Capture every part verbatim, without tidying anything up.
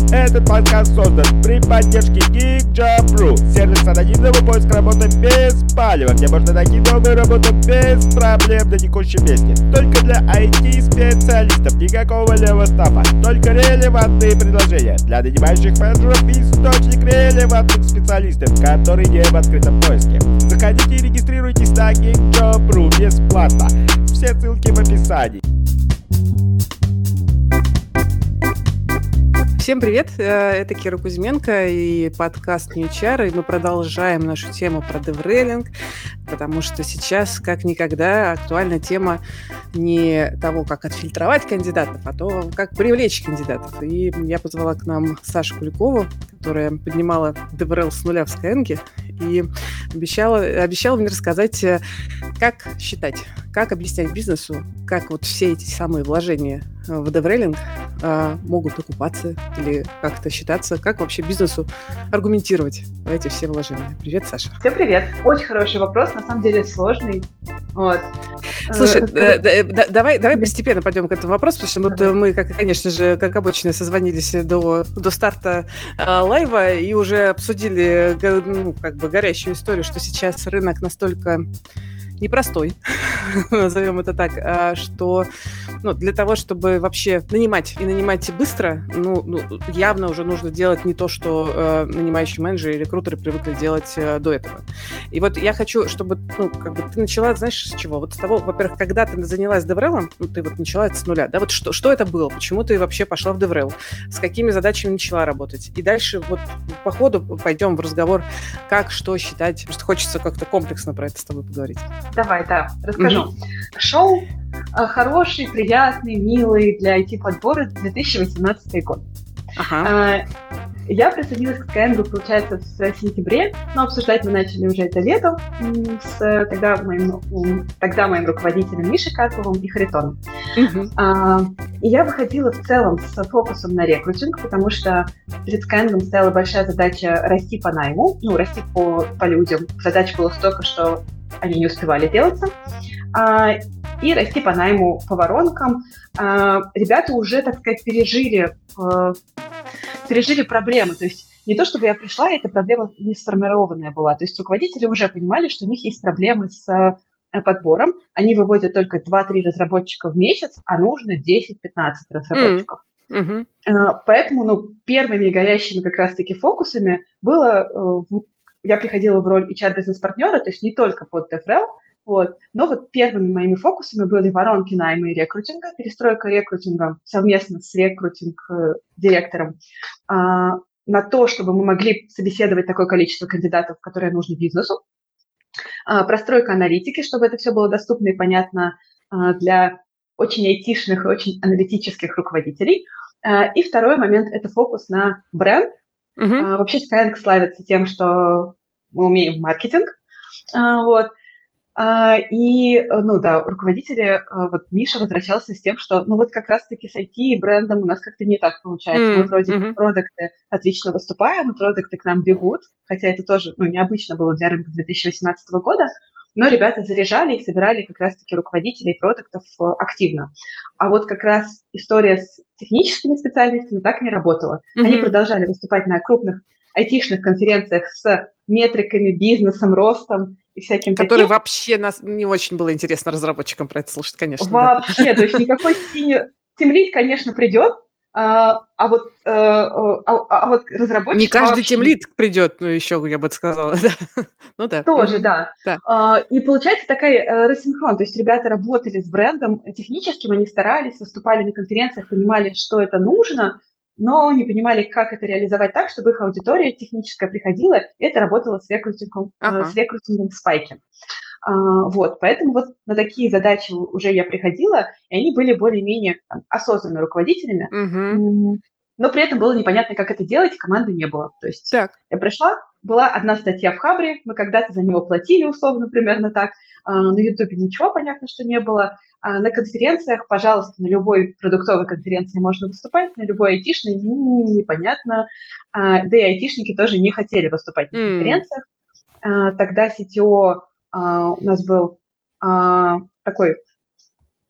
Этот подкаст создан при поддержке GeekJob.ru, сервис анонимного поиска работы без палева, где можно найти новую работу без проблем на текущем месте. Только для ай ти-специалистов, никакого левого стафа, только релевантные предложения для нанимающих менеджеров и источник релевантных специалистов, которые не в открытом поиске. Заходите и регистрируйтесь на GeekJob.ru бесплатно. Все ссылки в описании. Всем привет, это Кира Кузьменко и подкаст New эйч ар, и мы продолжаем нашу тему про деврелинг, потому что сейчас, как никогда, актуальна тема не того, как отфильтровать кандидатов, а то, как привлечь кандидатов. И я позвала к нам Сашу Куликову, которая поднимала деврел с нуля в Skyeng, и обещала, обещала мне рассказать, как считать, как объяснять бизнесу, как вот все эти самые вложения в деврелинг а, могут окупаться или как-то считаться, как вообще бизнесу аргументировать эти все вложения. Привет, Саша. Всем привет. Очень хороший вопрос, на самом деле сложный. Вот. Слушай, э, э, э, давай, давай постепенно пойдем к этому вопросу, потому что вот мы, как, конечно же, как обычно, созвонились до, до старта э, лайва и уже обсудили ну, как бы горящую историю, что сейчас рынок настолько непростой, назовем это так, что ну, для того, чтобы вообще нанимать и нанимать быстро, ну, ну явно уже нужно делать не то, что э, нанимающие менеджеры и рекрутеры привыкли делать э, до этого. И вот я хочу, чтобы ну, как бы ты начала, знаешь, с чего? Вот с того, во-первых, когда ты занялась деврелом, ну, ты вот начала это с нуля, да, вот что, что это было? Почему ты вообще пошла в деврел? С какими задачами начала работать? И дальше вот по ходу пойдем в разговор, как, что считать, потому что хочется как-то комплексно про это с тобой поговорить. Давай, да, расскажу. Mm-hmm. Шоу э, хороший, приятный, милый для ай ти-подбора две тысячи восемнадцатый год. Uh-huh. Э, я присоединилась к Skyeng, получается, в сентябре, но обсуждать мы начали уже это летом с тогда моим, тогда моим руководителем Мишей Карповым и Харитоном. Uh-huh. Э, и я выходила в целом с фокусом на рекрутинг, потому что перед Skyeng стояла большая задача расти по найму, ну, расти по, по людям. Задач было столько, что они не успевали делаться, а, и расти по найму по воронкам. А, ребята уже, так сказать, пережили, а, пережили проблемы. То есть не то, чтобы я пришла, и эта проблема не сформированная была. То есть руководители уже понимали, что у них есть проблемы с а, подбором. Они выводят только два-три разработчика в месяц, а нужно десять-пятнадцать разработчиков. Mm-hmm. А, поэтому ну, первыми горящими как раз-таки фокусами было... А, я приходила в роль эйч ар-бизнес-партнера, то есть не только под деврел, вот, но вот первыми моими фокусами были воронки найма и рекрутинга, перестройка рекрутинга совместно с рекрутинг-директором а, на то, чтобы мы могли собеседовать такое количество кандидатов, которое нужно бизнесу, а, простройка аналитики, чтобы это все было доступно и понятно а, для очень айтишных и очень аналитических руководителей. А, и второй момент – это фокус на бренд. Uh-huh. А, вообще Skyeng славится тем, что мы умеем маркетинг, а, вот, а, и, ну да, руководители, а, вот Миша возвращался с тем, что, ну вот как раз-таки с ай ти и брендом у нас как-то не так получается, uh-huh. мы вроде uh-huh. продукты отлично выступаем, продукты к нам бегут, хотя это тоже, ну, необычно было для рынка две тысячи восемнадцатого года, но ребята заряжали и собирали как раз-таки руководителей продуктов активно. А вот как раз история с техническими специальностями так не работала. Mm-hmm. Они продолжали выступать на крупных айтишных конференциях с метриками, бизнесом, ростом и всяким таким. Которые вообще нас не очень было интересно разработчикам про это слушать, конечно. Вообще, да. То есть никакой тимлид, конечно, придет, А, а, вот, а, а, а вот разработчик... Не каждый тимлид придет, ну, еще, я бы сказала. Ну, да. Тоже, да. да. А, и получается такая а, рассинхрон. То есть ребята работали с брендом техническим, они старались, выступали на конференциях, понимали, что это нужно, но не понимали, как это реализовать так, чтобы их аудитория техническая приходила, и это работало с рекрутингом, ага. с рекрутингом в спайке. Uh, вот, поэтому вот на такие задачи уже я приходила, и они были более-менее там, осознанными руководителями, uh-huh. но при этом было непонятно, как это делать, и команды не было. То есть так. я пришла, была одна статья в Хабре, мы когда-то за него платили, условно, примерно так, uh, на Ютубе ничего, понятно, что не было, uh, на конференциях, пожалуйста, на любой продуктовой конференции можно выступать, на любой айтишной, непонятно, uh, да и айтишники тоже не хотели выступать на конференциях, uh, тогда си ти о Uh, у нас был uh, такой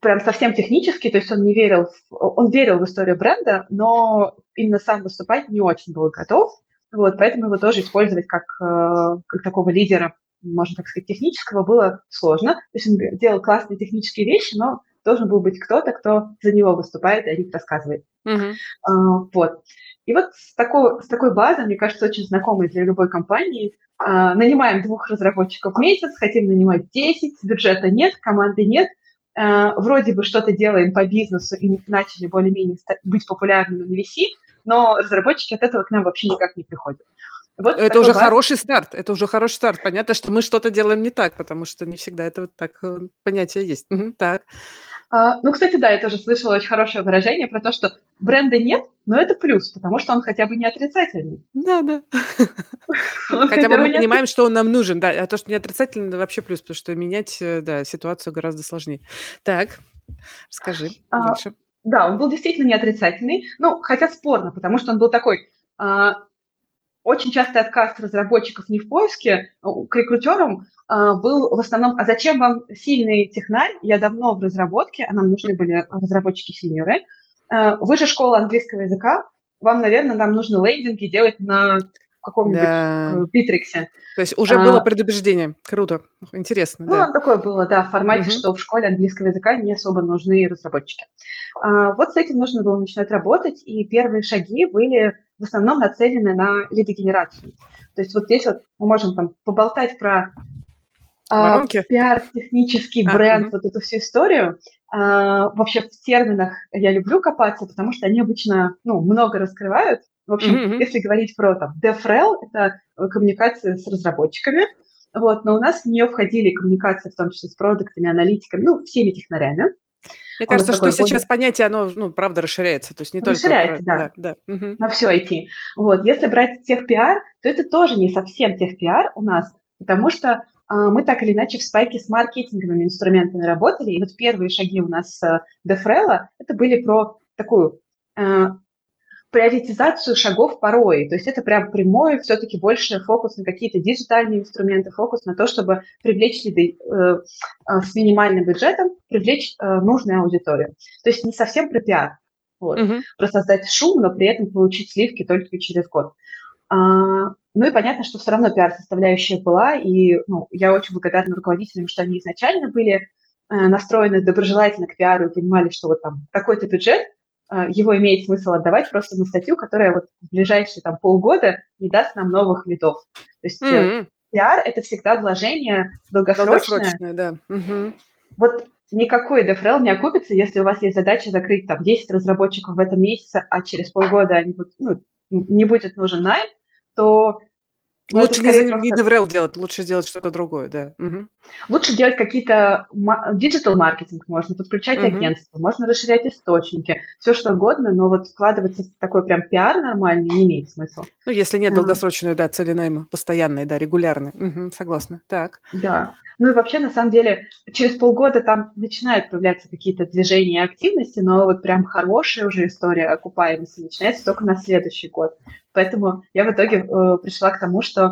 прям совсем технический, то есть он не верил, в, он верил в историю бренда, но именно сам выступать не очень был готов. Вот, поэтому его тоже использовать как, э, как такого лидера, можно так сказать, технического, было сложно. То есть он делал классные технические вещи, но должен был быть кто-то, кто за него выступает и о них рассказывает. Mm-hmm. А, вот. И вот с такой, с такой базой, мне кажется, очень знакомой для любой компании, а, нанимаем двух разработчиков в месяц, хотим нанимать десять, бюджета нет, команды нет, а, вроде бы что-то делаем по бизнесу и начали более-менее быть популярными на ви си, но разработчики от этого к нам вообще никак не приходят. Вот это уже баз... хороший старт, это уже хороший старт. Понятно, что мы что-то делаем не так, потому что не всегда это вот так понятие есть. Угу, так. А, ну, кстати, да, я тоже слышала очень хорошее выражение про то, что бренда нет, но это плюс, потому что он хотя бы не отрицательный. Да, да. Хотя бы мы понимаем, что он нам нужен, да, а то, что не отрицательный, это вообще плюс, потому что менять, да, ситуацию гораздо сложнее. Так, расскажи дальше. Да, он был действительно не отрицательный, ну, хотя спорно, потому что он был такой... Очень частый отказ разработчиков не в поиске к рекрутерам а, был в основном, а зачем вам сильный технарь? Я давно в разработке, а нам нужны были разработчики-синьоры. А, вы же школа английского языка, вам, наверное, нам нужно лендинги делать на каком-нибудь да. Битриксе. То есть уже а, было предубеждение. Круто, интересно. Ну, да. такое было, да, в формате, угу. что в школе английского языка не особо нужны разработчики. А, вот с этим нужно было начинать работать, и первые шаги были... в основном нацелены на лидогенерацию. То есть вот здесь вот мы можем там поболтать про э, пиар, технический бренд, а, угу. вот эту всю историю. Э, вообще в терминах я люблю копаться, потому что они обычно ну, много раскрывают. В общем, mm-hmm. если говорить про там, DevRel, это коммуникация с разработчиками, вот, но у нас в нее входили коммуникации, в том числе с продуктами, аналитиками, ну, всеми технарями. Мне кажется, что сейчас более... понятие, оно, ну, правда, расширяется. То есть не расширяется, только... да. да, да. Угу. На все ай ти. Вот. Если брать техпиар, то это тоже не совсем техпиар у нас, потому что а, мы так или иначе в спайке с маркетинговыми инструментами работали, и вот первые шаги у нас с DevRel это были про такую а, приоритизацию шагов по рой. То есть это прям прямой, все-таки больше фокус на какие-то диджитальные инструменты, фокус на то, чтобы привлечь лиды э, э, с минимальным бюджетом, привлечь э, нужную аудиторию. То есть не совсем про пиар. Вот. Uh-huh. Про создать шум, но при этом получить сливки только через год. А, ну и понятно, что все равно пиар-составляющая была, и ну, я очень благодарна руководителям, что они изначально были э, настроены доброжелательно к пиару и понимали, что вот там такой-то бюджет, его имеет смысл отдавать просто на статью, которая вот в ближайшие там, полгода не даст нам новых лидов. То есть mm-hmm. пиар – это всегда вложение долгосрочное. Долгосрочное, да. Mm-hmm. Вот никакой DevRel не окупится, если у вас есть задача закрыть там десять разработчиков в этом месяце, а через полгода они будут, ну, не будет нужен найм, то... Ну, лучше не, просто... не DevRel делать, лучше сделать что-то другое, да. Угу. Лучше делать какие-то диджитал-маркетинг, можно подключать угу. агентство, можно расширять источники, все что угодно, но вот вкладываться в такой прям пиар нормальный не имеет смысла. Ну, если нет долгосрочной, да, цели найма, постоянной, да, регулярной. Угу, согласна. Так. Да. Ну и вообще, на самом деле, через полгода там начинают появляться какие-то движения и активности, но вот прям хорошая уже история окупаемости начинается только на следующий год. Поэтому я в итоге э, пришла к тому, что э,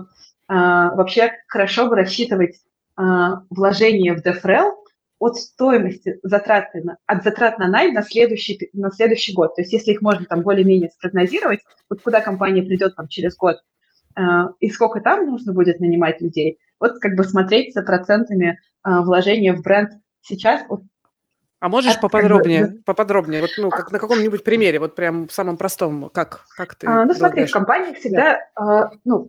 вообще хорошо бы рассчитывать э, вложение в DevRel от стоимости затрат на, от затрат на найм на следующий, на следующий год. То есть если их можно там более-менее спрогнозировать, вот куда компания придет там через год, э, и сколько там нужно будет нанимать людей, вот как бы смотреть за процентами э, вложения в бренд сейчас. Вот, а можешь от, поподробнее, как бы, поподробнее, вот, ну, как на каком-нибудь примере, вот прям самом простом, как, как ты а, Ну, смотри, в компании всегда, да. э, ну,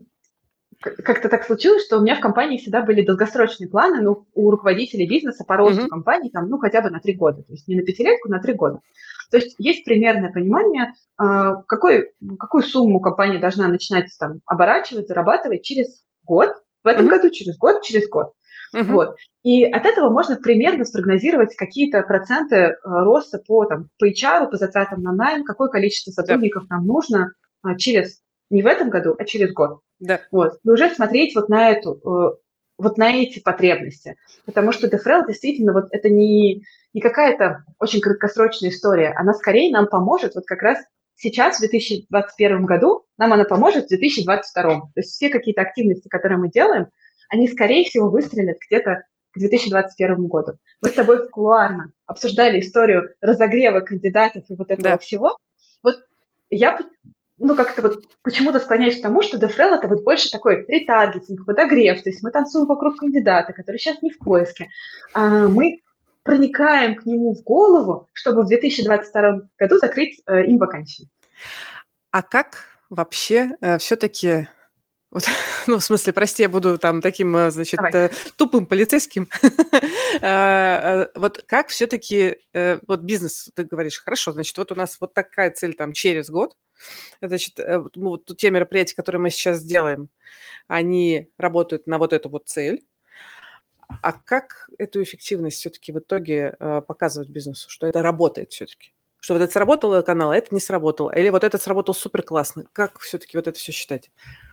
как-то так случилось, что у меня в компании всегда были долгосрочные планы, ну, у руководителей бизнеса по росту uh-huh. компании, там, ну, хотя бы на три года, то есть не на пятилетку, на три года. То есть есть примерное понимание, э, какой, какую сумму компания должна начинать там оборачивать, зарабатывать через год, в этом uh-huh. году, через год, через год. Uh-huh. Вот. И от этого можно примерно спрогнозировать какие-то проценты э, роста по, там, по эйч ар, по затратам на найм, какое количество сотрудников yeah. нам нужно э, через, не в этом году, а через год. Yeah. Вот. И уже смотреть вот на эту, э, вот на эти потребности. Потому что DevRel действительно вот это не, не какая-то очень краткосрочная история, она скорее нам поможет вот как раз сейчас, в две тысячи двадцать первом году, нам она поможет в две тысячи двадцать втором. То есть все какие-то активности, которые мы делаем, они, скорее всего, выстрелят где-то к две тысячи двадцать первому году. Мы с тобой кулуарно обсуждали историю разогрева кандидатов и вот этого да. всего. Вот я ну, как-то вот почему-то склоняюсь к тому, что дефрел это вот больше такой ретаргетинг, подогрев, то есть мы танцуем вокруг кандидата, который сейчас не в поиске. А мы проникаем к нему в голову, чтобы в две тысячи двадцать втором году закрыть э, им вакансию. А как вообще э, все-таки... Вот, ну, в смысле, прости, я буду там таким, значит, Давай. тупым полицейским. Вот как все-таки вот бизнес, ты говоришь, хорошо, значит, вот у нас вот такая цель там через год, значит, вот те мероприятия, которые мы сейчас делаем, они работают на вот эту вот цель. А как эту эффективность все-таки в итоге показывать бизнесу, что это работает все-таки? Что вот это сработало канал, а это не сработало, или вот это сработало супер классно? Как все-таки вот это все считать?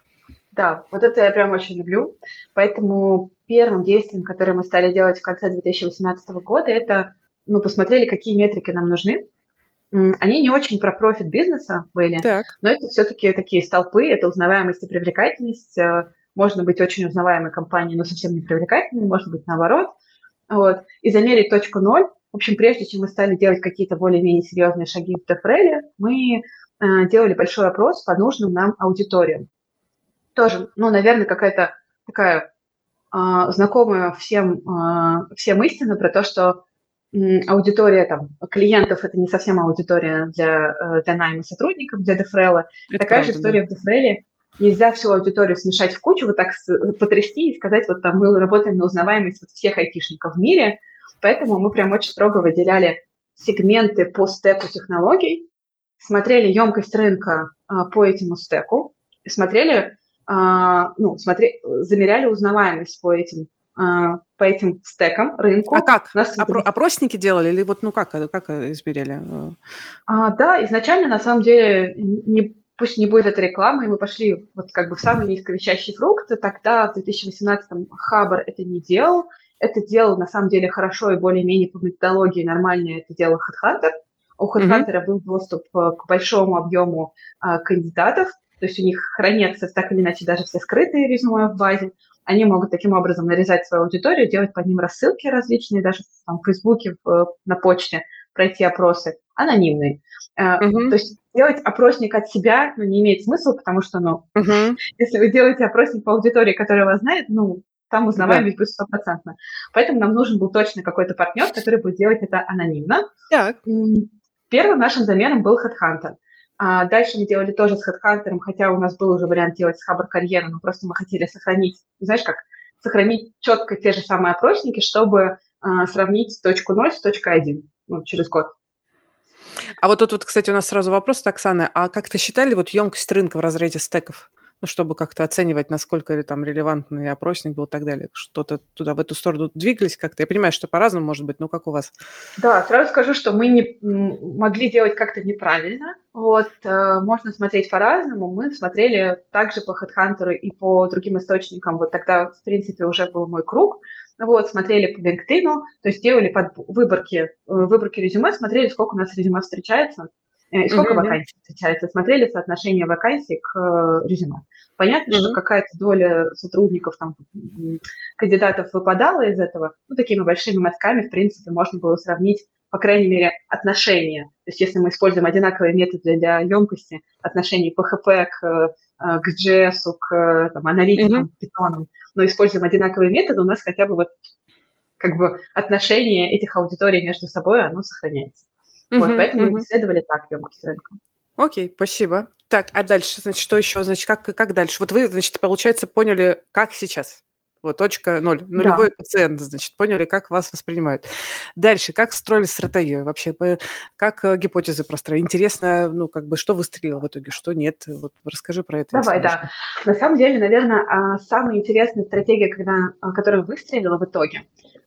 Да, вот это я прям очень люблю. Поэтому первым действием, которое мы стали делать в конце две тысячи восемнадцатого года, это мы посмотрели, какие метрики нам нужны. Они не очень про профит бизнеса были, так. но это все-таки такие столпы, это узнаваемость и привлекательность. Можно быть очень узнаваемой компанией, но совсем не привлекательной, может быть наоборот. Вот. И замерить точку ноль. В общем, прежде чем мы стали делать какие-то более-менее серьезные шаги в дефреле, мы э, делали большой опрос по нужным нам аудиториям. Тоже, ну, наверное, какая-то такая э, знакомая всем, э, всем истина про то, что э, аудитория там, клиентов – это не совсем аудитория для, э, для найма сотрудников, для дефрела. Это Такая правда, же история да. в дефреле. Нельзя всю аудиторию смешать в кучу, вот так потрясти и сказать, вот там мы работаем на узнаваемость вот всех айтишников в мире, поэтому мы прям очень строго выделяли сегменты по стеку технологий, смотрели емкость рынка а, по этому стеку, смотрели А, ну, смотри, замеряли узнаваемость по этим, а, по этим стекам, рынку. А как? Нас Опро- опросники делали или вот, ну как, как измеряли? А, да, изначально, на самом деле, не, пусть не будет это рекламы, мы пошли вот как бы в самый низковещащий фрукт. Тогда, в две тысячи восемнадцатом, Хабр это не делал. Это делал, на самом деле, хорошо и более-менее по методологии нормально это делал HeadHunter. У HeadHunter mm-hmm. был доступ к большому объему а, кандидатов. То есть у них хранятся так или иначе даже все скрытые резюме в базе. Они могут таким образом нарезать свою аудиторию, делать под ним рассылки различные, даже там, в Фейсбуке, в, на почте, пройти опросы анонимные. Uh-huh. То есть делать опросник от себя ну, не имеет смысла, потому что, ну, uh-huh. если вы делаете опросник по аудитории, которая вас знает, ну, там узнаваемость будет стопроцентно. Поэтому нам нужен был точно какой-то партнер, который будет делать это анонимно. Так. Первым нашим заменом был HeadHunter. А дальше мы делали тоже с HeadHunter, хотя у нас был уже вариант делать с Хабр карьеры, но просто мы хотели сохранить, знаешь как, сохранить четко те же самые опросники, чтобы а, сравнить точку ноль с точкой один ну, через год. А вот тут вот, кстати, у нас сразу вопрос от Оксаны. А как ты считали вот емкость рынка в разрезе стеков? Ну, чтобы как-то оценивать, насколько там релевантный опросник был и так далее. Что-то туда, в эту сторону двигались как-то? Я понимаю, что по-разному может быть, но как у вас? Да, сразу скажу, что мы не могли делать как-то неправильно. Вот, э, можно смотреть по-разному. Мы смотрели также по HeadHunter и по другим источникам. Вот тогда, в принципе, уже был мой круг. Вот, смотрели по LinkedIn, то есть делали под выборки, выборки резюме, смотрели, сколько у нас резюме встречается. И сколько mm-hmm. вакансий встречается? Смотрели соотношение вакансий к э, резюме. Понятно, mm-hmm. что какая-то доля сотрудников, там, кандидатов выпадала из этого. Ну, такими большими мазками, в принципе, можно было сравнить, по крайней мере, отношения. То есть если мы используем одинаковые методы для емкости, отношений пэ эйч пи к, к джей эс, к там, аналитикам, mm-hmm. питонам, но используем одинаковые методы, у нас хотя бы вот как бы отношение этих аудиторий между собой, оно сохраняется. Вот, uh-huh, поэтому uh-huh. исследовали так емкость рынка. Окей, okay, спасибо. Так, а дальше, значит, что еще? Значит, как, как дальше? Вот вы, значит, получается, поняли, как сейчас. Вот точка ноль. Нулевой да. пациент, значит, поняли, как вас воспринимают. Дальше, как строили стратегию вообще? Как гипотезы простроили? Интересно, ну, как бы, что выстрелило в итоге, что нет? Вот расскажи про это. Давай, да. На самом деле, наверное, самая интересная стратегия, когда, которая выстрелила в итоге.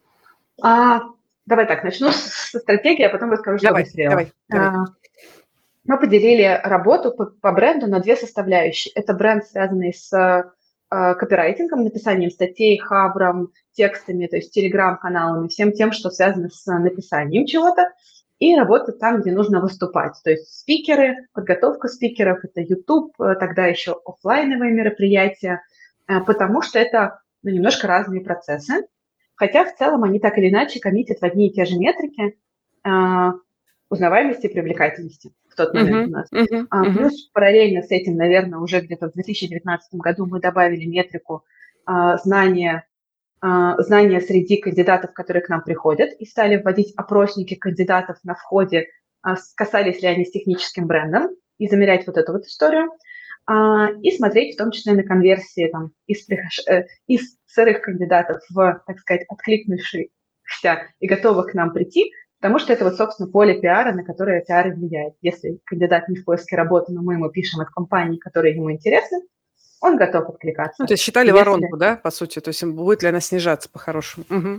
Давай так, начну со стратегии, а потом расскажу, что выстрелило. Давай, давай. Мы поделили работу по, по бренду на две составляющие. Это бренд, связанный с э, копирайтингом, написанием статей, хабром, текстами, то есть телеграм-каналами, всем тем, что связано с написанием чего-то, и работа там, где нужно выступать. То есть спикеры, подготовка спикеров, это YouTube, тогда еще офлайновые мероприятия, э, потому что это ну, немножко разные процессы. хотя в целом они так или иначе коммитят в одни и те же метрики а, узнаваемости и привлекательности в тот момент Мгм, у нас. мгм, А, мгм. плюс параллельно с этим, наверное, уже где-то в две тысячи девятнадцатом году мы добавили метрику а, знания, а, знания среди кандидатов, которые к нам приходят, и стали вводить опросники кандидатов на входе, а, с- касались ли они с техническим брендом, и замерять вот эту вот историю. А, и смотреть в том числе на конверсии там, из, прихож- э, из сырых кандидатов в, так сказать, откликнувшихся и готовых к нам прийти, потому что это вот, собственно, поле пиара, на которое пиар и влияет. Если кандидат не в поиске работы, но мы ему пишем от компаний, которые ему интересны, он готов Ну, откликаться. то есть считали Если воронку, да, по сути? То есть м, будет ли она снижаться по-хорошему? Мгм.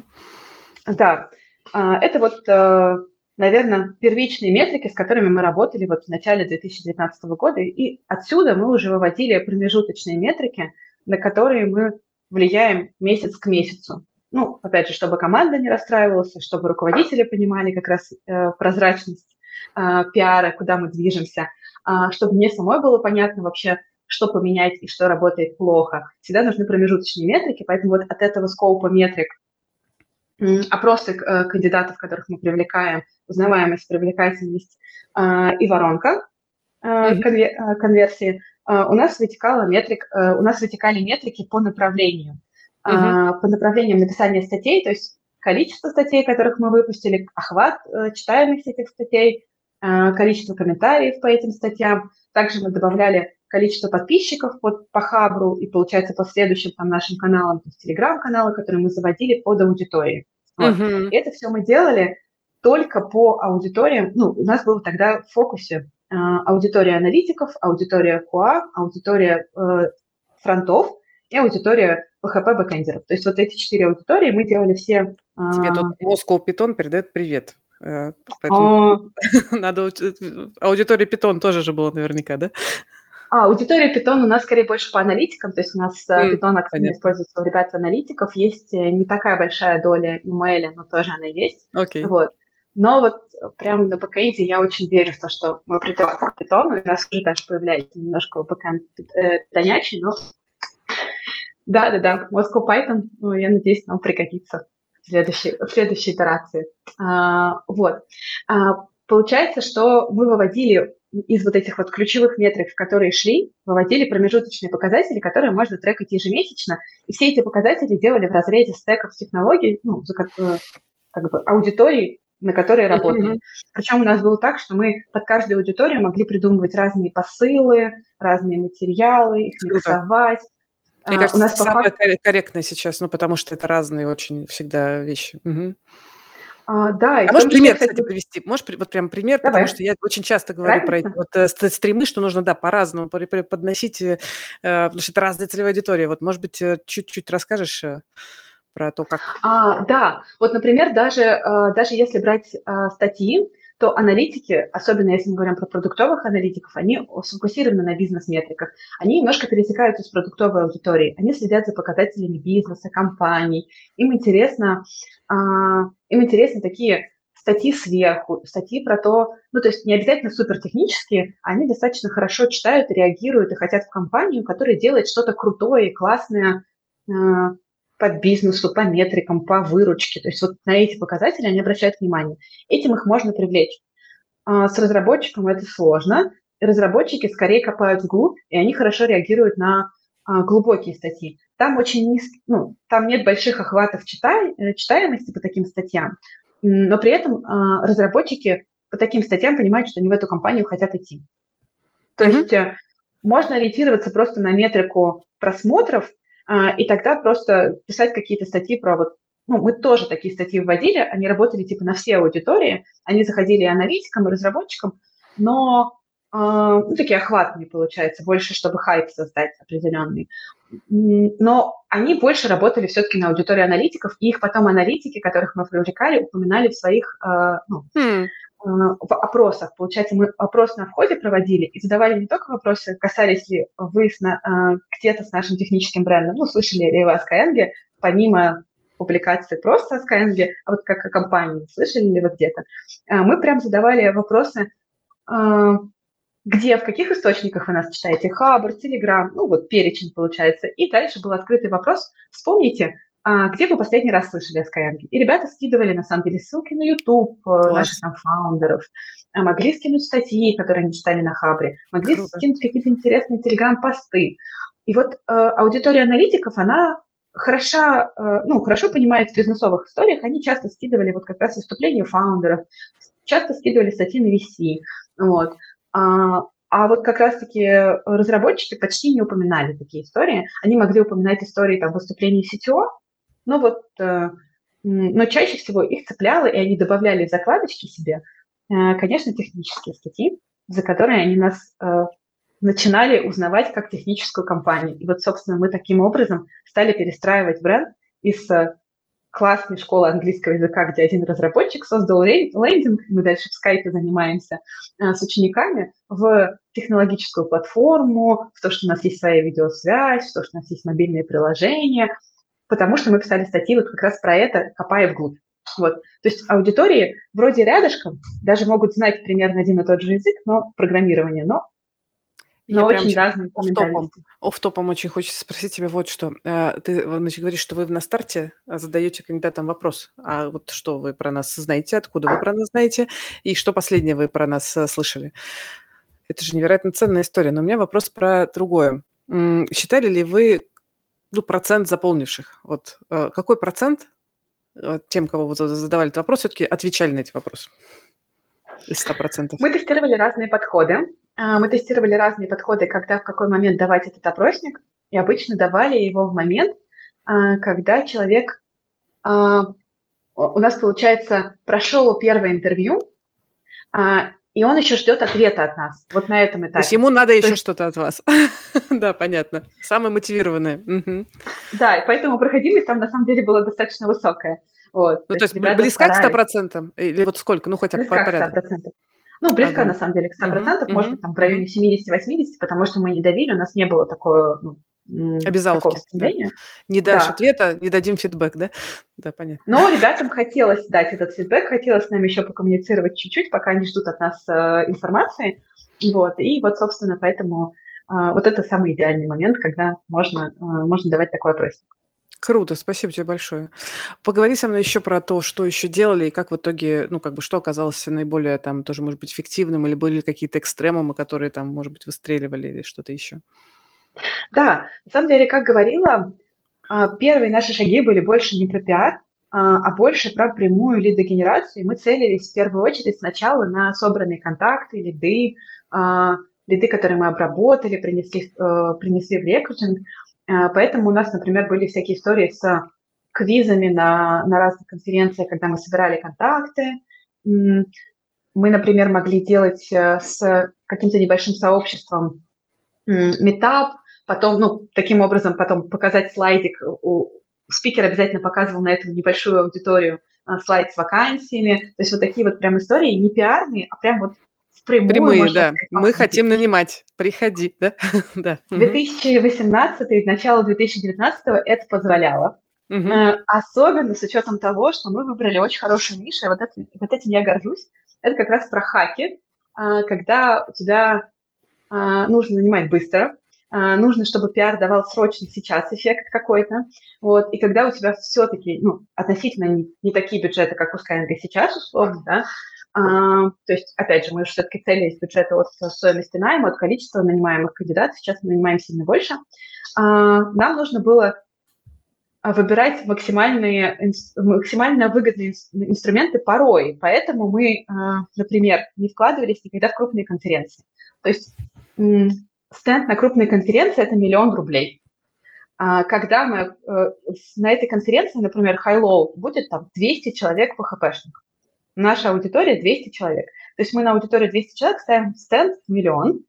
Да, а, это вот, наверное, первичные метрики, с которыми мы работали вот в начале две тысячи девятнадцатого года, и отсюда мы уже выводили промежуточные метрики, на которые мы влияем месяц к месяцу. Ну, опять же, чтобы команда не расстраивалась, чтобы руководители понимали как раз э, прозрачность э, пиара, куда мы движемся, а, чтобы мне самой было понятно вообще, что поменять и что работает плохо. Всегда нужны промежуточные метрики, поэтому вот от этого скоупа метрик м, опросы э, кандидатов, которых мы привлекаем, узнаваемость, привлекательность э, и воронка э, Мгм. конве- э, конверсии, э, у нас вытекала метрик, э, у нас вытекали метрики по направлению. Э, Мгм. по направлениям написания статей, то есть количество статей, которых мы выпустили, охват э, читаемости этих статей, э, количество комментариев по этим статьям. Также мы добавляли количество подписчиков под, по Хабру и, получается, по следующим там, нашим каналам, то есть телеграм-каналы, которые мы заводили под аудиторией. Вот. Мгм. И это все мы делали только по аудиториям. Ну, у нас был тогда в фокусе э, аудитория аналитиков, аудитория кью эй, аудитория э, фронтов и аудитория пи эйч пи-бэкэндеров. То есть вот эти четыре аудитории мы делали все. э, Тебе тут Moscow Python передает привет. Э, Поэтому а, надо... уч- э, Аудитория Python тоже же была наверняка, да? а, аудитория Python у нас скорее больше по аналитикам, то есть у нас э, М, Python активно Понятно. используется у ребят-аналитиков, есть э, не такая большая доля имейля, но тоже она есть. Окей. Вот. Но вот э, прямо на бэкэнде я очень верю в то, что мы придем к Python, и у нас уже даже появляется немножко бэкэнд э, питонячий, но да-да-да, Moscow Python, ну, я надеюсь, нам пригодится в следующей, в следующей итерации. А, вот. А, получается, что мы выводили из вот этих вот ключевых метрик, в которые шли, выводили промежуточные показатели, которые можно трекать ежемесячно, и все эти показатели делали в разрезе стеков технологий, ну, за, ко- э, как бы аудитории, на которые работали. Мгм. Причем у нас было так, что мы под каждую аудиторию могли придумывать разные посылы, разные материалы, их Круто. миксовать. Мне А, у кажется, нас это по самое факту, корре- корректное сейчас, ну, потому что это разные очень всегда вещи. Мгм. а, да, и А в можешь том числе, пример, кстати, кстати, вот привести? Можешь при- вот прям пример, потому что давай, я очень часто говорю про эти разница. вот э, ст- стримы, что нужно, да, по-разному при- при- подносить, э, э, потому что это разная целевая аудитория. Вот, может быть, э, чуть-чуть расскажешь э, про то, как... А, да, вот, например, даже, э, даже если брать э, статьи, то аналитики, особенно если мы говорим про продуктовых аналитиков, они сфокусированы на бизнес-метриках. Они немножко пересекаются с продуктовой аудиторией. Они следят за показателями бизнеса, компаний. Им интересно, а, им интересны такие статьи сверху, статьи про то, ну, то есть не обязательно супертехнические, они достаточно хорошо читают, реагируют и хотят в компанию, которая делает что-то крутое и классное, э, по бизнесу, по метрикам, по выручке. То есть вот на эти показатели они обращают внимание. Этим их можно привлечь. А с разработчиком это сложно. Разработчики скорее копают вглубь, и они хорошо реагируют на а, глубокие статьи. Там очень низкий, ну, там нет больших охватов читай, э, читаемости по таким статьям, М, но при этом а, разработчики по таким статьям понимают, что они в эту компанию хотят идти. То Мгм. есть э, можно ориентироваться просто на метрику просмотров, а, и тогда просто писать какие-то статьи про вот, ну, мы тоже такие статьи вводили, они работали типа на все аудитории, они заходили и аналитикам, и разработчикам, но а, ну, такие охватные, получается, больше, чтобы хайп создать определенный. М, Но они больше работали все-таки на аудитории аналитиков, и их потом аналитики, которых мы привлекали, упоминали в своих а, ну, М, э, в опросах. Получается, мы опрос на входе проводили и задавали не только вопросы, касались ли вы с на- э, где-то с нашим техническим брендом, ну, слышали ли вы о Skyeng, помимо публикации просто о Skyeng, а вот как о компании, слышали ли вы где-то. Э, Мы прям задавали вопросы, э, где, в каких источниках вы нас читаете, Хабр, Телеграм, ну вот перечень получается. И дальше был открытый вопрос, вспомните, где вы последний раз слышали о Skyeng? И ребята скидывали, на самом деле, ссылки на YouTube Класс. наших там фаундеров, могли скинуть статьи, которые они читали на Хабре, могли Круто. скинуть какие-то интересные телеграм-посты. И вот э, аудитория аналитиков, она хороша, э, ну, хорошо понимает в бизнесовых историях, они часто скидывали вот как раз выступления фаундеров, часто скидывали статьи на ви си. Вот. А, а вот как раз-таки разработчики почти не упоминали такие истории. Они могли упоминать истории там, выступлений си ти о, но вот, э, но чаще всего их цепляло, и они добавляли в закладочки себе, э, конечно, технические статьи, за которые они нас э, начинали узнавать как техническую компанию. И вот, собственно, мы таким образом стали перестраивать бренд из э, классной школы английского языка, где один разработчик создал лендинг, мы дальше в скайпе занимаемся э, с учениками, в технологическую платформу, в то, что у нас есть своя видеосвязь, в то, что у нас есть мобильные приложения, потому что мы писали статьи вот как раз про это, копая вглубь. Вот. То есть аудитории вроде рядышком, даже могут знать примерно один и тот же язык, но программирование, но, но Я очень разные ментальности. Офф-топом очень хочется спросить тебя вот что. Ты, значит, говоришь, что вы на старте задаете кандидатам вопрос. А вот что вы про нас знаете, откуда вы про нас знаете, и что последнее вы про нас слышали? Это же невероятно ценная история. Но у меня вопрос про другое. Считали ли вы ну, процент заполнивших. Вот э, какой процент э, тем, кого вы задавали этот вопрос, все-таки отвечали на эти вопросы из ста процентов? Мы тестировали разные подходы. Мы тестировали разные подходы, когда в какой момент давать этот опросник. И обычно давали его в момент, когда человек... У нас, получается, прошел первое интервью, и он еще ждет ответа от нас. Вот на этом этапе. То есть ему надо еще что-то от вас. Да, понятно. Самые мотивированные. Да, и поэтому проходимость там на самом деле была достаточно высокая. Вот. Ну, то, то есть близка к ста процентам? Или вот сколько? Ну, хотя бы по порядку. Близка к ста процентам. Ну, близка, ага. на самом деле, к ста процентам, uh-huh, может быть, там в районе семьдесят-восемьдесят, потому что мы не давили, у нас не было такого, ну, обязаловки. Да. Не дашь да. ответа, не дадим фидбэк, да? Да, понятно. Но ребятам хотелось дать этот фидбэк, хотелось с нами еще покоммуницировать чуть-чуть, пока они ждут от нас э, информации. Вот. И вот, собственно, поэтому э, вот это самый идеальный момент, когда можно, э, можно давать такой опросник. Круто, спасибо тебе большое. Поговори со мной еще про то, что еще делали и как в итоге, ну, как бы, что оказалось наиболее, там, тоже, может быть, эффективным, или были какие-то экстремумы, которые, там, может быть, выстреливали или что-то еще? Да, на самом деле, как говорила, первые наши шаги были больше не про пиар, а больше про прямую лидогенерацию. Мы целились в первую очередь сначала на собранные контакты, лиды, лиды, которые мы обработали, принесли, принесли в рекрутинг. Поэтому у нас, например, были всякие истории с квизами на, на разных конференциях, когда мы собирали контакты. Мы, например, могли делать с каким-то небольшим сообществом митап, потом, ну, таким образом потом показать слайдик. Спикер обязательно показывал на эту небольшую аудиторию слайд с вакансиями. То есть вот такие вот прям истории не пиарные, а прям вот впрямую. Прямые, да. Сказать, мы хотим нанимать. Приходи, да? да. две тысячи восемнадцатый, начало две тысячи девятнадцатого это позволяло. Угу. Особенно с учетом того, что мы выбрали очень хорошую нишу, и вот, это, вот этим я горжусь. Это как раз про хаки, когда у тебя нужно нанимать быстро, нужно, чтобы пиар давал срочно сейчас эффект какой-то, вот, и когда у тебя все-таки, ну, относительно не, не такие бюджеты, как у Skyeng сейчас, условно, да, а, то есть, опять же, мы все-таки целились бюджеты от стоимости найма, от количества нанимаемых кандидатов, сейчас мы нанимаем сильно больше, а, нам нужно было выбирать максимальные, максимально выгодные инструменты порой, поэтому мы, например, не вкладывались никогда в крупные конференции, то есть стенд на крупной конференции – это миллион рублей. А когда мы на этой конференции, например, High-Low, будет там двести человек пэ хэ пэ-шников. Наша аудитория двести человек. То есть мы на аудиторию двести человек ставим стенд в миллион.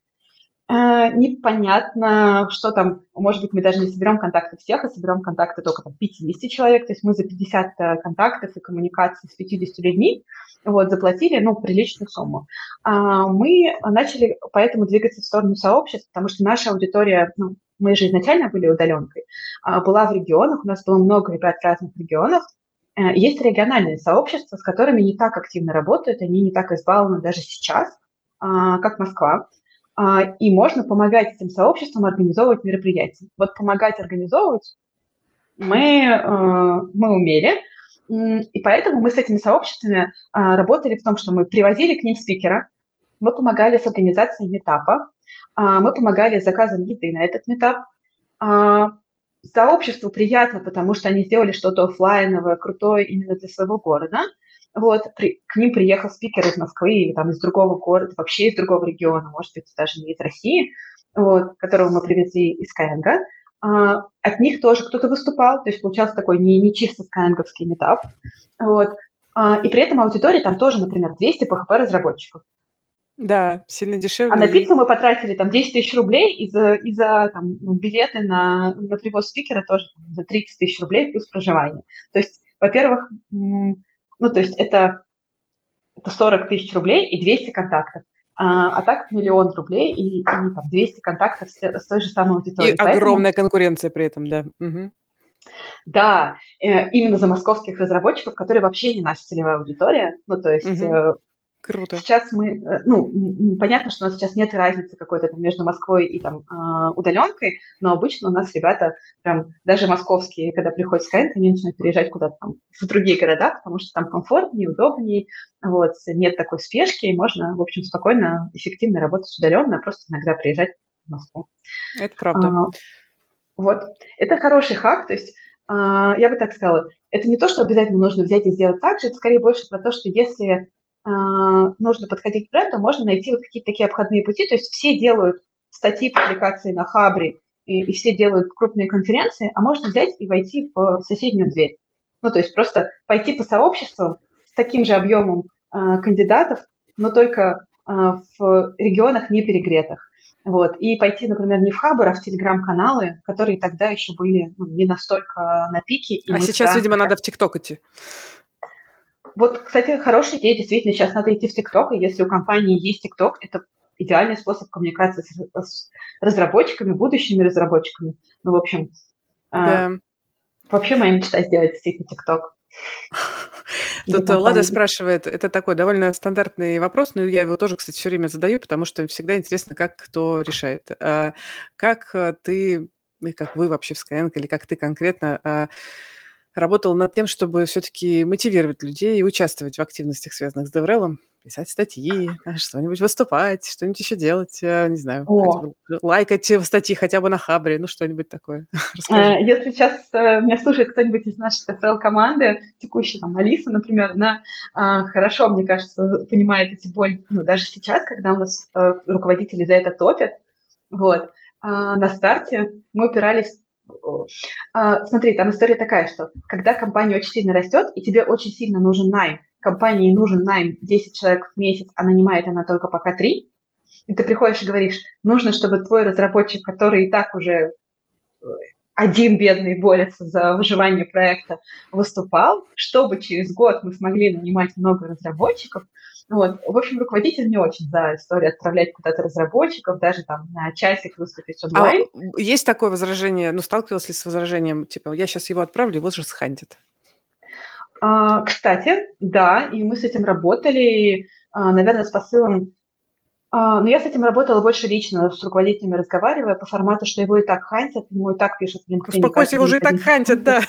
А, непонятно, что там, может быть, мы даже не соберем контакты всех, а соберем контакты только там пятьдесят человек. То есть мы за пятьдесят контактов и коммуникаций с пятьюдесятью людьми вот, заплатили, ну, приличную сумму. А, мы начали поэтому двигаться в сторону сообществ, потому что наша аудитория, ну, мы же изначально были удаленкой, а, была в регионах, у нас было много ребят в разных регионах. А, есть региональные сообщества, с которыми не так активно работают, они не так избалованы даже сейчас, а, как Москва. А, и можно помогать этим сообществам организовывать мероприятия. Вот помогать организовывать мы, мы умели. И поэтому мы с этими сообществами работали в том, что мы привозили к ним спикера, мы помогали с организацией митапа, мы помогали с заказом еды на этот митап. Сообществу приятно, потому что они сделали что-то офлайновое, крутое именно для своего города. Вот, при, к ним приехал спикер из Москвы или там из другого города, вообще из другого региона, может быть, даже не из России, вот, которого мы привезли из Skyeng. А, от них тоже кто-то выступал, то есть получался такой не, не чисто скайенговский митап. Вот. А, и при этом аудитория там тоже, например, двести пи эйч пи-разработчиков. Да, сильно дешевле. А на пиццу мы потратили там десять тысяч рублей, и за, и за там, билеты на, на привоз спикера тоже там, за тридцать тысяч рублей плюс проживание. То есть, во-первых, ну, то есть это, это сорок тысяч рублей и двести контактов. А, а так миллион рублей и, и там, двести контактов с, с той же самой аудиторией. И Поэтому... огромная конкуренция при этом, да. Угу. Да, э, именно за московских разработчиков, которые вообще не наша целевая аудитория. Ну, то есть... Угу. Э, Круто. Сейчас мы, ну, понятно, что у нас сейчас нет разницы какой-то там между Москвой и там удаленкой, но обычно у нас ребята прям даже московские, когда приходят в Skyeng, они начинают переезжать куда-то там в другие города, потому что там комфортнее, удобнее, вот, нет такой спешки, и можно, в общем, спокойно, эффективно работать удаленно, просто иногда приезжать в Москву. Это правда. А, вот, это хороший хак, то есть а, я бы так сказала, это не то, что обязательно нужно взять и сделать так же, это скорее больше про то, что если нужно подходить к бренду, можно найти вот какие-то такие обходные пути. То есть все делают статьи, публикации на Хабре, и, и все делают крупные конференции, а можно взять и войти в соседнюю дверь. Ну, то есть просто пойти по сообществу с таким же объемом э, кандидатов, но только э, в регионах не перегретых. Вот. И пойти, например, не в Хабр, а в телеграм-каналы, которые тогда еще были ну, не настолько на пике. А сейчас, видимо, надо в ТикТок идти. Вот, кстати, хорошая идея, действительно, сейчас надо идти в ТикТок, и если у компании есть ТикТок, это идеальный способ коммуникации с, с разработчиками, будущими разработчиками. Ну, в общем, да. э, вообще моя мечта сделать действительно ТикТок. Тут Лада спрашивает, это такой довольно стандартный вопрос, но я его тоже, кстати, все время задаю, потому что всегда интересно, как кто решает. А как ты, как вы вообще в Skyeng, или как ты конкретно работал над тем, чтобы все-таки мотивировать людей и участвовать в активностях, связанных с DevRel, писать статьи, что-нибудь выступать, что-нибудь еще делать, не знаю, лайкать статьи хотя бы на Хабре, ну что-нибудь такое. Расскажи. Если сейчас меня слушает кто-нибудь из нашей DevRel-команды, текущая там Алиса, например, она хорошо, мне кажется, понимает эти боли, ну, даже сейчас, когда у нас руководители за это топят, вот, на старте мы упирались. Uh, смотри, там история такая, что когда компания очень сильно растет, и тебе очень сильно нужен найм, компании нужен найм десять человек в месяц, а нанимает она только пока три, и ты приходишь и говоришь, нужно, чтобы твой разработчик, который и так уже один бедный борется за выживание проекта, выступал, чтобы через год мы смогли нанимать много разработчиков. Вот. В общем, руководитель не очень за историю отправлять куда-то разработчиков, даже там на часик выступить онлайн. А есть такое возражение, ну, сталкивалась ли с возражением, типа, я сейчас его отправлю, его же схантят? А, кстати, да, и мы с этим работали, и, а, наверное, с посылом. А, но я с этим работала больше лично, с руководителями разговаривая по формату, что его и так хантят, ему и так пишут. Успокойся, его уже и так хантят, да.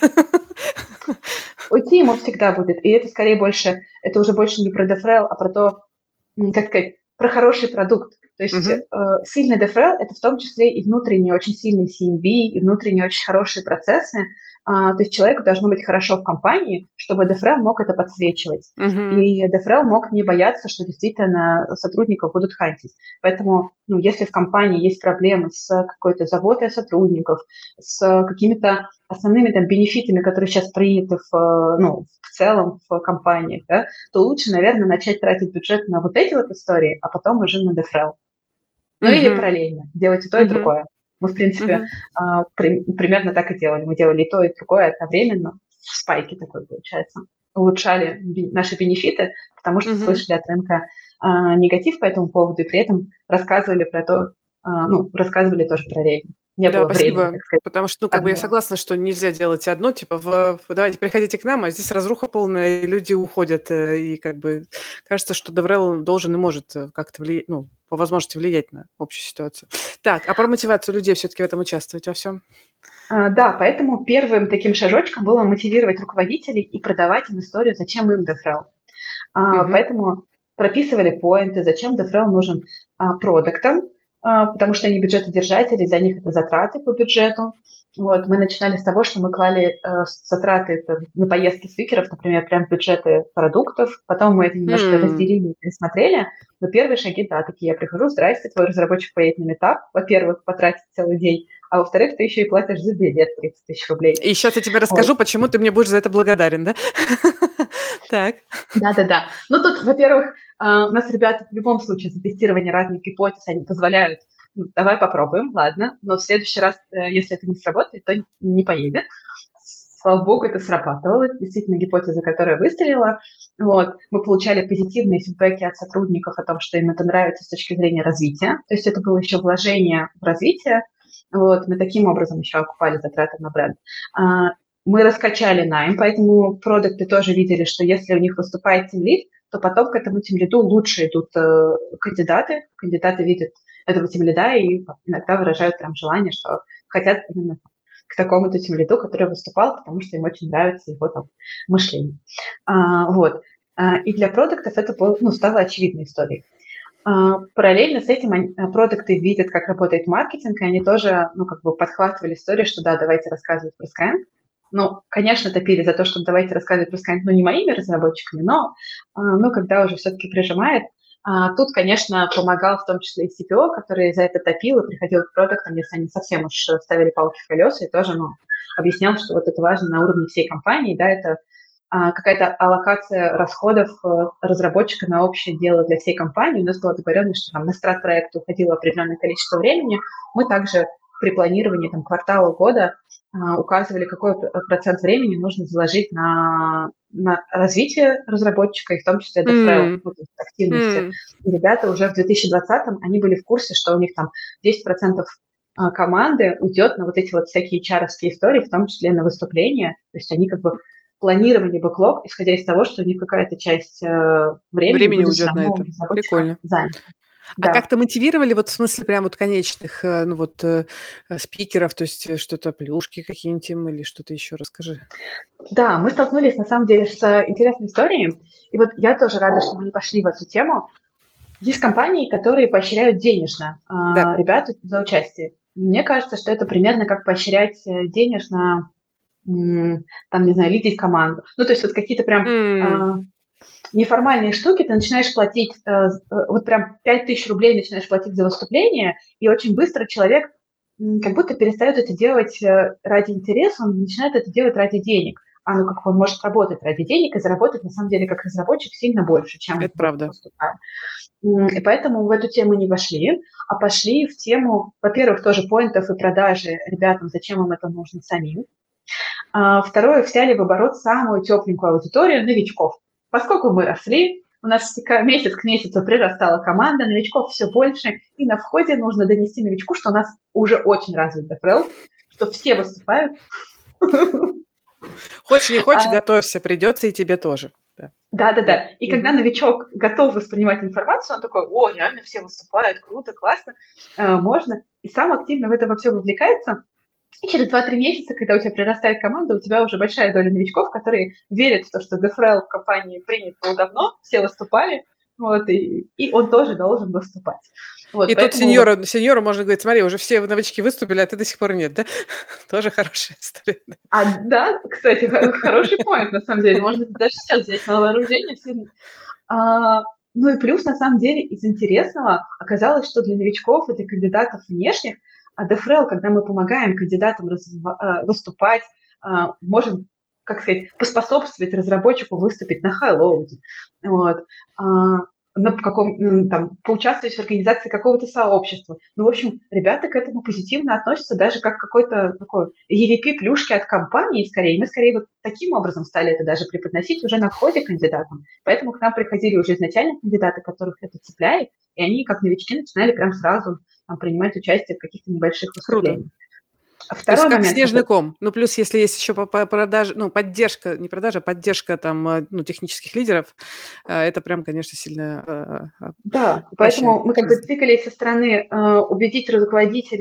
Уйти ему всегда будет. И это скорее больше, это уже больше не про DevRel, а про то, как сказать, про хороший продукт. То есть uh-huh. э, сильный DevRel – это в том числе и внутренний очень сильный си эм ви, и внутренние очень хорошие процессы. А, то есть человеку должно быть хорошо в компании, чтобы DevRel мог это подсвечивать. Uh-huh. И DevRel мог не бояться, что действительно сотрудников будут хантить. Поэтому, ну, если в компании есть проблемы с какой-то заботой о сотрудников, с какими-то основными там бенефитами, которые сейчас приняты в, ну, в целом в компаниях, да, то лучше, наверное, начать тратить бюджет на вот эти вот истории, а потом уже на DevRel. Ну uh-huh. или параллельно, делать и то, uh-huh. и другое. Мы, в принципе, uh-huh. при, примерно так и делали. Мы делали и то, и другое одновременно, в спайке такой, получается. Улучшали би- наши бенефиты, потому что uh-huh. слышали от рынка а, негатив по этому поводу, и при этом рассказывали про то, а, ну, рассказывали тоже параллельно. Не да, было спасибо, времени, так сказать. Потому что, ну, как бы я согласна, что нельзя делать одно, типа, в, в, давайте приходите к нам, а здесь разруха полная, и люди уходят, и как бы кажется, что DevRel должен и может как-то влиять, ну, по возможности влиять на общую ситуацию. Так, а про мотивацию людей все-таки в этом участвовать во всем? А, да, поэтому первым таким шажочком было мотивировать руководителей и продавать им историю, зачем им DevRel. А, Мгм. поэтому прописывали поинты, зачем DevRel нужен а, продуктам, а, потому что они бюджетодержатели, за них это затраты по бюджету. Вот, мы начинали с того, что мы клали э, затраты там, на поездки спикеров, например, прям в бюджеты продуктов, потом мы это немножко М. разделили и пересмотрели. Но первые шаги, да, такие, я прихожу, здрасте, твой разработчик поедет на метап, во-первых, потратить целый день, а во-вторых, ты еще и платишь за билет тридцать тысяч рублей. И сейчас я тебе Вот. расскажу, почему ты мне будешь за это благодарен, да? Так. Да-да-да. Ну, тут, во-первых, а, у нас ребята в любом случае за тестирование разных гипотез, они позволяют, ну, давай попробуем, ладно, но в следующий раз, э, если это не сработает, то не поедет. Слава богу, это срабатывало. Действительно, гипотеза, которая выстрелила. Вот. Мы получали позитивные фидбэки от сотрудников о том, что им это нравится с точки зрения развития. То есть это было еще вложение в развитие. Вот. Мы таким образом еще окупали затраты на бренд. А, Мы раскачали найм, поэтому продукты тоже видели, что если у них выступает тимлид, то потом к этому тимлиду лучше идут э, кандидаты. Кандидаты видят этого тимлида и иногда выражают прям желание, что хотят именно к такому-то тимлиду, который выступал, потому что им очень нравится его там мышление. А, вот. А, и для продуктов это было, ну, стало очевидной историей. А, параллельно с этим они, продукты видят, как работает маркетинг, и они тоже, ну, как бы подхватывали историю, что да, давайте рассказывать про Skyeng. Ну, конечно, топили за то, что давайте рассказывать про Skyeng, ну, не моими разработчиками, но, а, ну, когда уже все-таки прижимает. А, тут, конечно, помогал в том числе и си пи о, который за это топил и приходил к продуктам, если они совсем уж ставили палки в колеса, и тоже, ну, объяснял, что вот это важно на уровне всей компании, да, это а, какая-то аллокация расходов а, разработчика на общее дело для всей компании. У нас была договоренность, что там на старт проекта уходило определенное количество времени. Мы также при планировании там, квартала года а, указывали, какой процент времени нужно заложить на, на развитие разработчика, и в том числе DevRel, Mm. ну, то есть активности. Mm. И ребята уже в две тысячи двадцатом, они были в курсе, что у них там десять процентов команды уйдет на вот эти вот всякие эйч ар-овские истории, в том числе на выступления. То есть они как бы планировали бэклог, исходя из того, что у них какая-то часть э, времени, Времени будет все уйдет на равно это. Прикольно. занята. А Да. как-то мотивировали, вот в смысле прям вот конечных, э, ну вот э, спикеров, то есть э, что-то, плюшки какие-нибудь им или что-то еще, расскажи. Да, мы столкнулись на самом деле с э, интересной историей, и вот я тоже рада, что мы не пошли в эту тему. Есть компании, которые поощряют денежно э, Да. ребят за участие. Мне кажется, что это примерно как поощрять э, денежно, м, там, не знаю, лидить команду. Ну, то есть вот какие-то прям М. э, неформальные штуки, ты начинаешь платить, э, э, вот прям пять тысяч рублей начинаешь платить за выступление, и очень быстро человек м, как будто перестает это делать э, ради интереса, он начинает это делать ради денег. А ну как он может работать ради денег и заработать, на самом деле, как разработчик сильно больше, чем Это правда. выступая. И поэтому в эту тему не вошли, а пошли в тему, во-первых, тоже поинтов и продажи ребятам, зачем им это нужно самим. А, второе, взяли в оборот самую тепленькую аудиторию новичков. Поскольку мы росли, у нас месяц к месяцу прирастала команда, новичков все больше, и на входе нужно донести новичку, что у нас уже очень развит DevRel, что все выступают. Хочешь, не хочешь, А, готовься, придется и тебе тоже. Да. Да-да-да. И Мгм. когда новичок готов воспринимать информацию, он такой: о, реально все выступают, круто, классно, э, можно. И сам активно в это во все вовлекается. И через два-три месяца, когда у тебя прирастает команда, у тебя уже большая доля новичков, которые верят в то, что DevRel в компании принят было давно, все выступали, вот, и, и он тоже должен выступать. Вот, И поэтому тут сеньору, сеньору можно говорить: смотри, уже все новички выступили, а ты до сих пор нет, да? Тоже хорошая история. А, да, кстати, х- хороший поинт, на самом деле. Можно даже сейчас взять на вооружение. Все. А, ну и плюс, на самом деле, из интересного оказалось, что для новичков и для кандидатов внешних а DevRel, когда мы помогаем кандидатам разв- а, выступать, а, можем, как сказать, поспособствовать разработчику выступить на хайлоуде, вот, а, на каком, м, там, поучаствовать в организации какого-то сообщества. Ну, в общем, ребята к этому позитивно относятся, даже как какой-то такой и ви пи-плюшки от компании, скорее. Мы, скорее, вот таким образом стали это даже преподносить уже на входе кандидатам. Поэтому к нам приходили уже изначально кандидаты, которых это цепляет, и они, как новички, начинали прям сразу там, принимать участие в каких-то небольших выступлениях. Круто. Второй То есть как момент, снежный который... ком. Ну, плюс, если есть еще по, по продаже, ну, поддержка, не продажа, а поддержка там, ну, технических лидеров, это прям, конечно, сильно Да, упрощает. поэтому мы как бы двигались со стороны э, убедить руководителей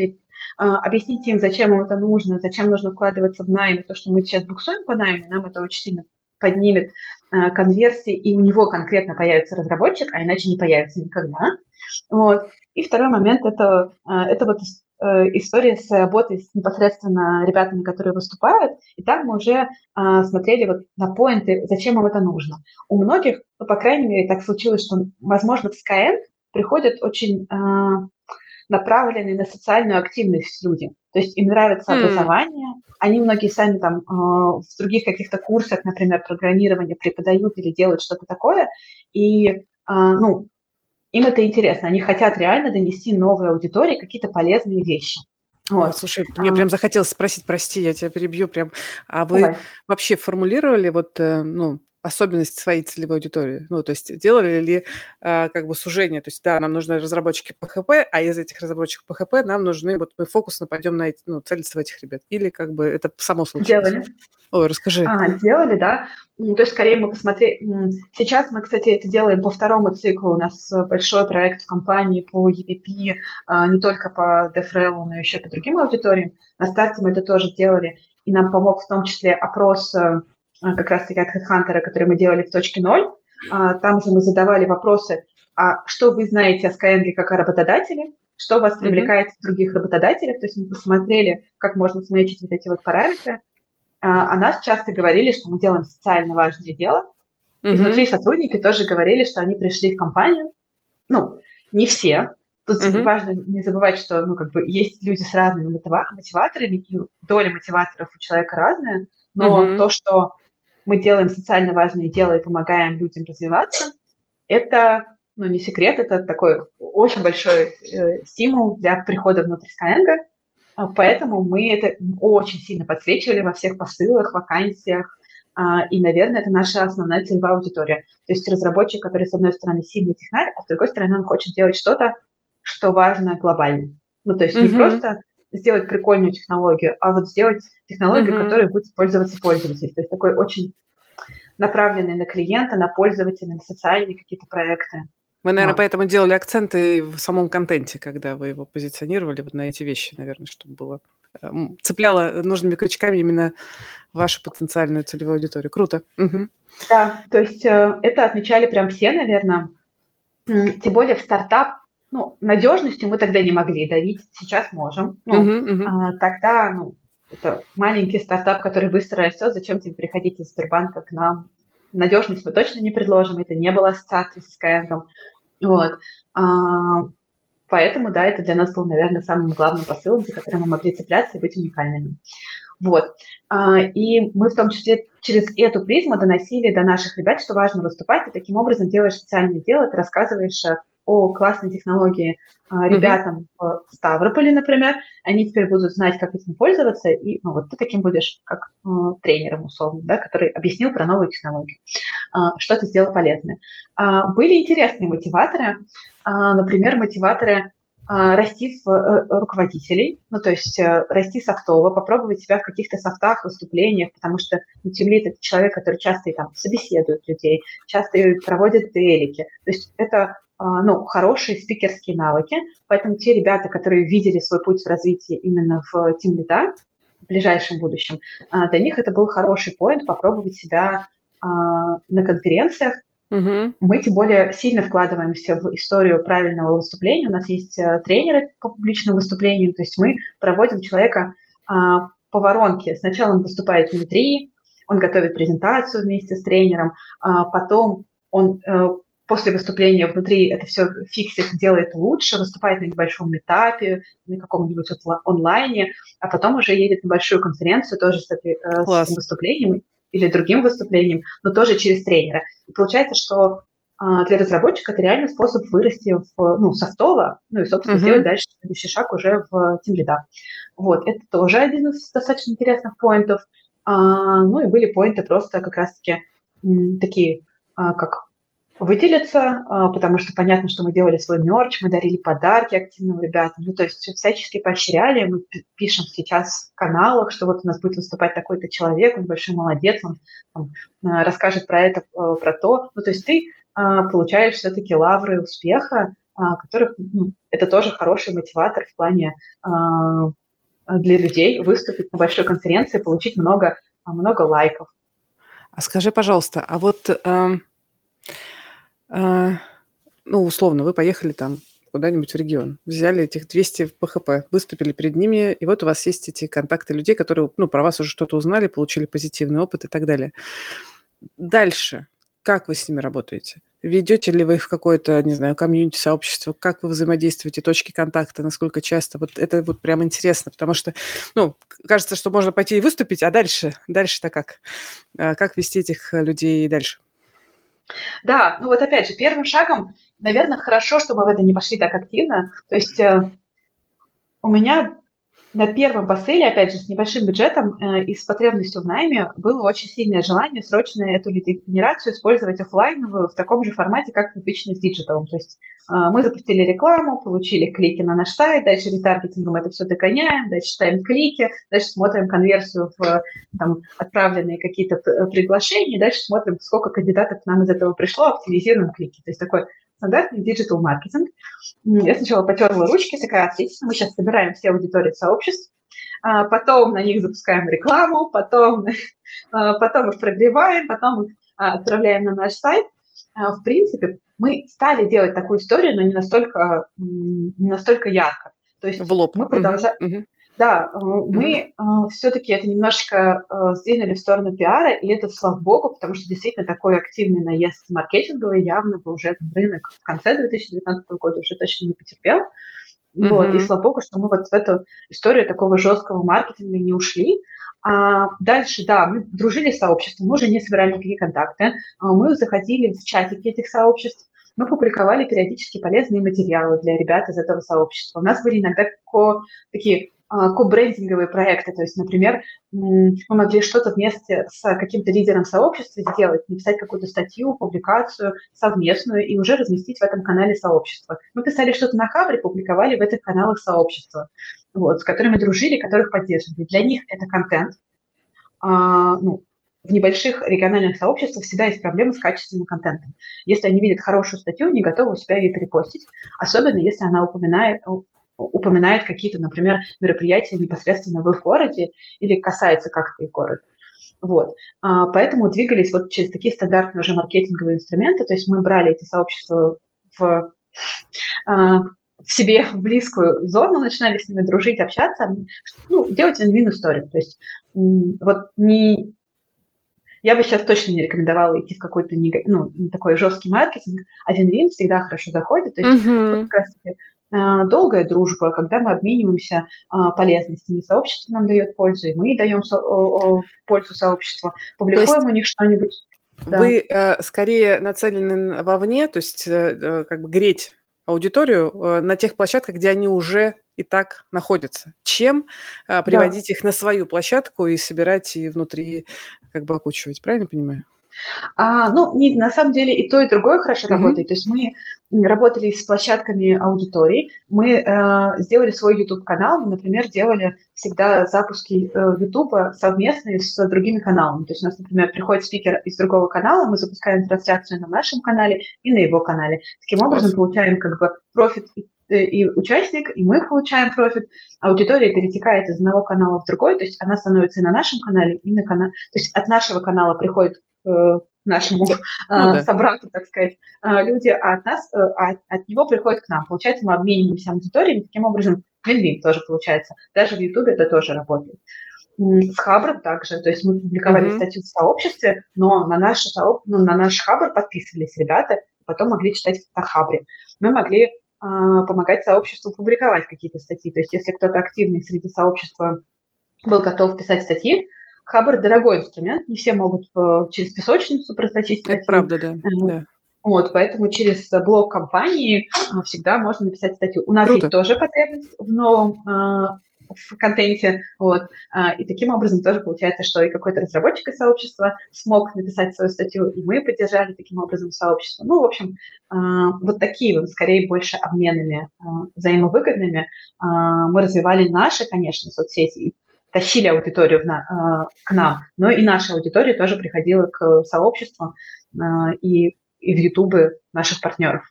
объяснить им, зачем им это нужно, зачем нужно вкладываться в найм, то, что мы сейчас буксуем по найму, нам это очень сильно поднимет э, конверсии, и у него конкретно появится разработчик, а иначе не появится никогда. Вот. И второй момент это, э, это вот э, история с работой с непосредственно ребятами, которые выступают, и там мы уже э, смотрели вот на поинты, зачем им это нужно. У многих, ну, по крайней мере, так случилось, что, возможно, в Skyeng приходят очень э, направленные на социальную активность люди. То есть им нравится mm. образование, они многие сами там э, в других каких-то курсах, например, программирования преподают или делают что-то такое, и э, ну, им это интересно, они хотят реально донести новой аудитории какие-то полезные вещи. Вот. Ой, слушай, мне а... прям захотелось спросить, прости, я тебя перебью прям, а вы Давай. вообще формулировали вот, ну, особенности своей целевой аудитории? Ну, то есть делали ли а, как бы сужение? То есть, да, нам нужны разработчики пи эйч пи, а из этих разработчиков пи эйч пи нам нужны, вот мы фокусно пойдем на эти, ну, целиться в этих ребят. Или как бы это само случилось? Делали. Ой, расскажи. А, делали, да. То есть, скорее мы посмотрели... Сейчас мы, кстати, это делаем по второму циклу. У нас большой проект в компании по и пи пи, не только по DevRel, но еще по другим аудиториям. На старте мы это тоже делали, и нам помог в том числе опрос как раз-таки от HeadHunter, который мы делали в точке ноль. Там же мы задавали вопросы, а что вы знаете о Skyeng как о работодателе, что вас привлекает mm-hmm. в других работодателях. То есть мы посмотрели, как можно сметчить вот эти вот параметры. О нас часто говорили, что мы делаем социально важное дело. Mm-hmm. И внутри сотрудники тоже говорили, что они пришли в компанию. Ну, не все. Тут mm-hmm. важно не забывать, что ну, как бы есть люди с разными мотиваторами, и доля мотиваторов у человека разная. Но mm-hmm. то, что мы делаем социально важное дело и помогаем людям развиваться, это, ну, не секрет, это такой очень большой э, стимул для прихода внутрь Skyeng, поэтому мы это очень сильно подсвечивали во всех посылах, вакансиях, э, и, наверное, это наша основная целевая аудитория. То есть разработчик, который, с одной стороны, сильный технарь, а с другой стороны, он хочет делать что-то, что важно глобально. Ну, то есть mm-hmm. не просто сделать прикольную технологию, а вот сделать технологию, mm-hmm. которой будет пользоваться пользователь. То есть такой очень направленный на клиента, на пользователя, на социальные какие-то проекты. Вы, наверное, вот. Поэтому делали акценты в самом контенте, когда вы его позиционировали вот на эти вещи, наверное, чтобы было цепляло нужными крючками именно вашу потенциальную целевую аудиторию. Круто. Угу. Да, то есть э, это отмечали прям все, наверное. Тем более в стартап, ну, надежностью мы тогда не могли давить, сейчас можем. Ну, uh-huh, uh-huh. А, тогда, ну, это маленький стартап, который быстро растет, зачем тебе приходить из Сбербанка к нам? Надежность мы точно не предложим, это не было ассоциации с Skyeng. Вот. А, поэтому, да, это для нас был, наверное, самым главным посылом, за которым мы могли цепляться и быть уникальными. Вот. А, и мы в том числе через эту призму доносили до наших ребят, что важно выступать, и таким образом делаешь социальное дело, ты рассказываешь о классной технологии а, ребятам mm-hmm. в Ставрополе, например, они теперь будут знать, как этим пользоваться, и ну, вот ты таким будешь как э, тренером условно, да, который объяснил про новые технологии, а, что ты сделал полезное. А, были интересные мотиваторы, а, например, мотиваторы а, расти в э, руководителей, ну, то есть э, расти софтово, попробовать себя в каких-то софтах, выступлениях, потому что ну, тимлид – это человек, который часто и, там, собеседует людей, часто проводит делики, то есть это ну, хорошие спикерские навыки, поэтому те ребята, которые видели свой путь в развитии именно в тимлида в ближайшем будущем, для них это был хороший поинт попробовать себя на конференциях. Mm-hmm. Мы тем более сильно вкладываемся в историю правильного выступления. У нас есть тренеры по публичным выступлениям, то есть мы проводим человека по воронке. Сначала он выступает внутри, он готовит презентацию вместе с тренером, потом он после выступления внутри это все фиксит, делает лучше, выступает на небольшом этапе, на каком-нибудь онлайне, а потом уже едет на большую конференцию тоже с, этой, с этим выступлением или другим выступлением, но тоже через тренера. И получается, что а, для разработчика это реально способ вырасти в, ну, софтово, ну и, собственно, uh-huh. сделать дальше следующий шаг уже в тимлида. Вот, это тоже один из достаточно интересных поинтов. А, ну и были поинты просто как раз-таки м, такие, а, как выделиться, потому что понятно, что мы делали свой мерч, мы дарили подарки активным ребятам, ну, то есть всячески поощряли, мы пишем сейчас в каналах, что вот у нас будет выступать такой-то человек, он большой молодец, он там, расскажет про это, про то, ну, то есть ты получаешь все-таки лавры успеха, которых ну, это тоже хороший мотиватор в плане для людей выступить на большой конференции, получить много, много лайков. А скажи, пожалуйста, а вот, э, э, ну, условно, вы поехали там куда-нибудь в регион, взяли этих двести пэ ха пэ, выступили перед ними, и вот у вас есть эти контакты людей, которые, ну, про вас уже что-то узнали, получили позитивный опыт и так далее. Дальше, как вы с ними работаете? Ведете ли вы их в какое-то, не знаю, комьюнити, сообщество? Как вы взаимодействуете, точки контакта, насколько часто? Вот это вот прям интересно, потому что, ну, кажется, что можно пойти и выступить, а дальше? Дальше-то как? Как вести этих людей дальше? Да, ну вот опять же, первым шагом, наверное, хорошо, чтобы в это не пошли так активно. То есть э, у меня на первом посыле, опять же, с небольшим бюджетом э, и с потребностью в найме было очень сильное желание срочно эту лид-генерацию использовать офлайновую в таком же формате, как обычно с диджиталом. То есть э, мы запустили рекламу, получили клики на наш сайт, дальше ретаргетингом это все догоняем, дальше ставим клики, дальше смотрим конверсию в там, отправленные какие-то приглашения, дальше смотрим, сколько кандидатов к нам из этого пришло, оптимизируем клики. То есть такой стандартный диджитал-маркетинг. Я сначала потерла ручки, такая, отлично, мы сейчас собираем все аудитории сообществ, потом на них запускаем рекламу, потом, потом их прогреваем, потом их отправляем на наш сайт. В принципе, мы стали делать такую историю, но не настолько, не настолько ярко. То есть в лоб. Мы продолжаем... Uh-huh. Да, мы uh-huh. все-таки это немножко сдвинули в сторону пиара, и это слава богу, потому что действительно такой активный наезд маркетинговый явно бы уже рынок в конце две тысячи девятнадцатого года уже точно не потерпел. Uh-huh. Вот, и слава богу, что мы вот в эту историю такого жесткого маркетинга не ушли. А дальше, да, мы дружили с сообществом, мы уже не собирали никакие контакты, мы заходили в чатики этих сообществ, мы публиковали периодически полезные материалы для ребят из этого сообщества. У нас были иногда ко- такие ко-брендинговые проекты, то есть, например, мы могли что-то вместе с каким-то лидером сообщества сделать, написать какую-то статью, публикацию совместную и уже разместить в этом канале сообщества. Мы писали что-то на Хабре, публиковали в этих каналах сообщества, вот, с которыми дружили, которых поддерживали. Для них это контент. А, ну, в небольших региональных сообществах всегда есть проблемы с качественным контентом. Если они видят хорошую статью, не готовы у себя ее перепостить, особенно если она упоминает... упоминает какие-то, например, мероприятия непосредственно в их городе или касается как-то их города. Вот. А, поэтому двигались вот через такие стандартные уже маркетинговые инструменты, то есть мы брали эти сообщества в, а, в себе в близкую зону, начинали с ними дружить, общаться, ну, делать win-win историю. То есть вот не... Я бы сейчас точно не рекомендовала идти в какой-то ну, такой жесткий маркетинг. Один вин всегда хорошо заходит. То есть uh-huh. вот как раз таки долгая дружба, когда мы обмениваемся а, полезностями. Сообщество нам дает пользу, и мы даем со- о- о, пользу сообществу. Публикуем у них что-нибудь. Вы да. э, скорее нацелены вовне, то есть э, как бы греть аудиторию э, на тех площадках, где они уже и так находятся, чем э, приводить да. их на свою площадку и собирать и внутри как бы окучивать. Правильно понимаю? А, ну, не, на самом деле и то, и другое хорошо mm-hmm. работает. То есть мы работали с площадками аудиторий, мы э, сделали свой YouTube-канал, мы, например, делали всегда запуски YouTube э, совместные с другими каналами. То есть у нас, например, приходит спикер из другого канала, мы запускаем трансляцию на нашем канале и на его канале. Таким образом, получаем как бы профит и, и участник, и мы получаем профит. Аудитория перетекает из одного канала в другой, то есть она становится и на нашем канале, и на канале. То есть от нашего канала приходит нашему ну, э, да. собрату, так сказать, э, люди, а от нас, э, от, от него приходят к нам. Получается, мы обмениваемся аудиторией, таким образом вин-вин тоже получается. Даже в Ютубе это тоже работает. С Хабром также, то есть мы публиковали mm-hmm. статью в сообществе, но на наш, ну, на наш Хабр подписывались ребята, потом могли читать на Хабре. Мы могли э, помогать сообществу публиковать какие-то статьи. То есть если кто-то активный среди сообщества был готов писать статьи, Хабр – дорогой инструмент, не все могут э, через песочницу просочить статью. Это правда, да. Э, да. Вот, поэтому через блог компании э, всегда можно написать статью. У нас Круто. Есть тоже потребность в новом э, в контенте, вот, э, и таким образом тоже получается, что и какой-то разработчик из сообщества смог написать свою статью, и мы поддержали таким образом сообщество. Ну, в общем, э, вот такие вот, скорее, больше обменными, э, взаимовыгодными э, мы развивали наши, конечно, соцсети, тащили аудиторию на, э, к нам, но и наша аудитория тоже приходила к сообществу э, и, и в Ютубы наших партнеров.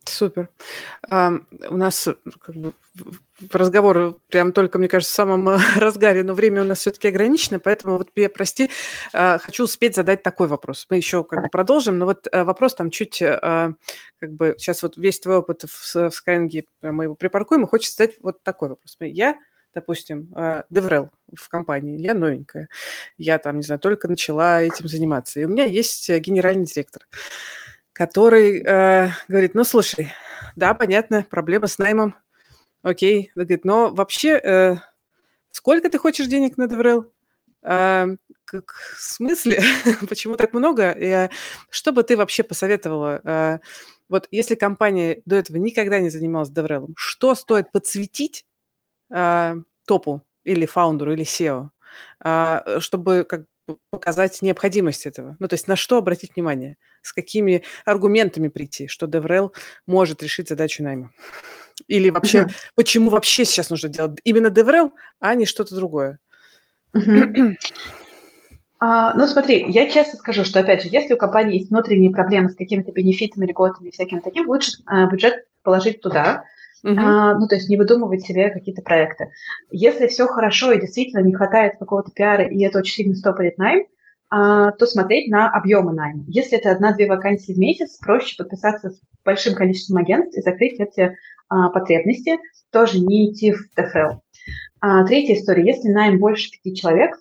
Супер. А, у нас как бы разговор прям только, мне кажется, в самом разгаре, но время у нас все-таки ограничено, поэтому вот я, прости, хочу успеть задать такой вопрос. Мы еще как бы продолжим, но вот вопрос там чуть как бы сейчас вот весь твой опыт в, в Skyeng мы его припаркуем, и хочется задать вот такой вопрос. Я, допустим, DevRel в компании, я новенькая, я там, не знаю, только начала этим заниматься, и у меня есть генеральный директор, который э, говорит, ну, слушай, да, понятно, проблема с наймом, окей, говорит, но вообще, э, сколько ты хочешь денег на DevRel? Э, как, в смысле? Почему так много? И, э, что бы ты вообще посоветовала? Э, вот если компания до этого никогда не занималась DevRel, что стоит подсветить э, топу или фаундеру, или сео, э, чтобы как показать необходимость этого. Ну, то есть на что обратить внимание, с какими аргументами прийти, что DevRel может решить задачу найма. Или вообще, uh-huh. почему вообще сейчас нужно делать именно DevRel, а не что-то другое. Uh-huh. а, ну, смотри, я честно скажу, что, опять же, если у компании есть внутренние проблемы с какими-то бенефитами, льготами, всяким таким, лучше а, бюджет положить туда. Uh-huh. А, ну, то есть не выдумывать себе какие-то проекты. Если все хорошо и действительно не хватает какого-то пиара, и это очень сильно стопорит найм, а, то смотреть на объемы найма. Если это одна-две вакансии в месяц, проще подписаться с большим количеством агентств и закрыть эти а, потребности, тоже не идти в DevRel. А, третья история. Если найм больше пяти человек,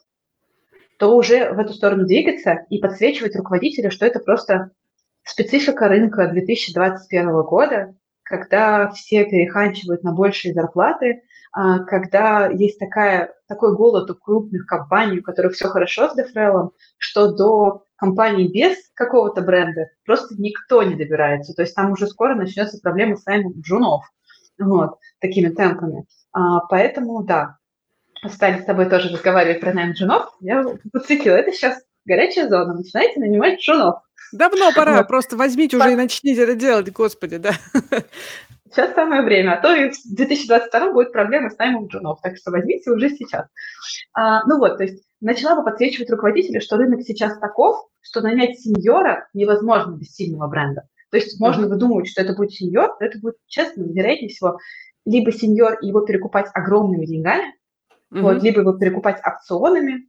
то уже в эту сторону двигаться и подсвечивать руководителю, что это просто специфика рынка две тысячи двадцать первого года, когда все переханчивают на большие зарплаты, когда есть такая, такой голод у крупных компаний, у которых все хорошо с DevRel, что до компаний без какого-то бренда просто никто не добирается. То есть там уже скоро начнется проблема с наймом джунов, вот, такими темпами. Поэтому, да, стали с тобой тоже разговаривать про найм джунов. Я подсветила, это сейчас горячая зона. Начинайте нанимать джунов. Давно пора, вот. Просто возьмите уже По... и начните это делать, господи, да. Сейчас самое время, а то и в две тысячи двадцать втором будет проблема с наймом джунов, так что возьмите уже сейчас. А, ну вот, то есть начала бы подсвечивать руководителю, что рынок сейчас таков, что нанять сеньора невозможно без сильного бренда. То есть можно mm-hmm. выдумывать, что это будет сеньор, но это будет, честно, вероятнее всего, либо сеньор и его перекупать огромными деньгами, mm-hmm. вот, либо его перекупать опционами,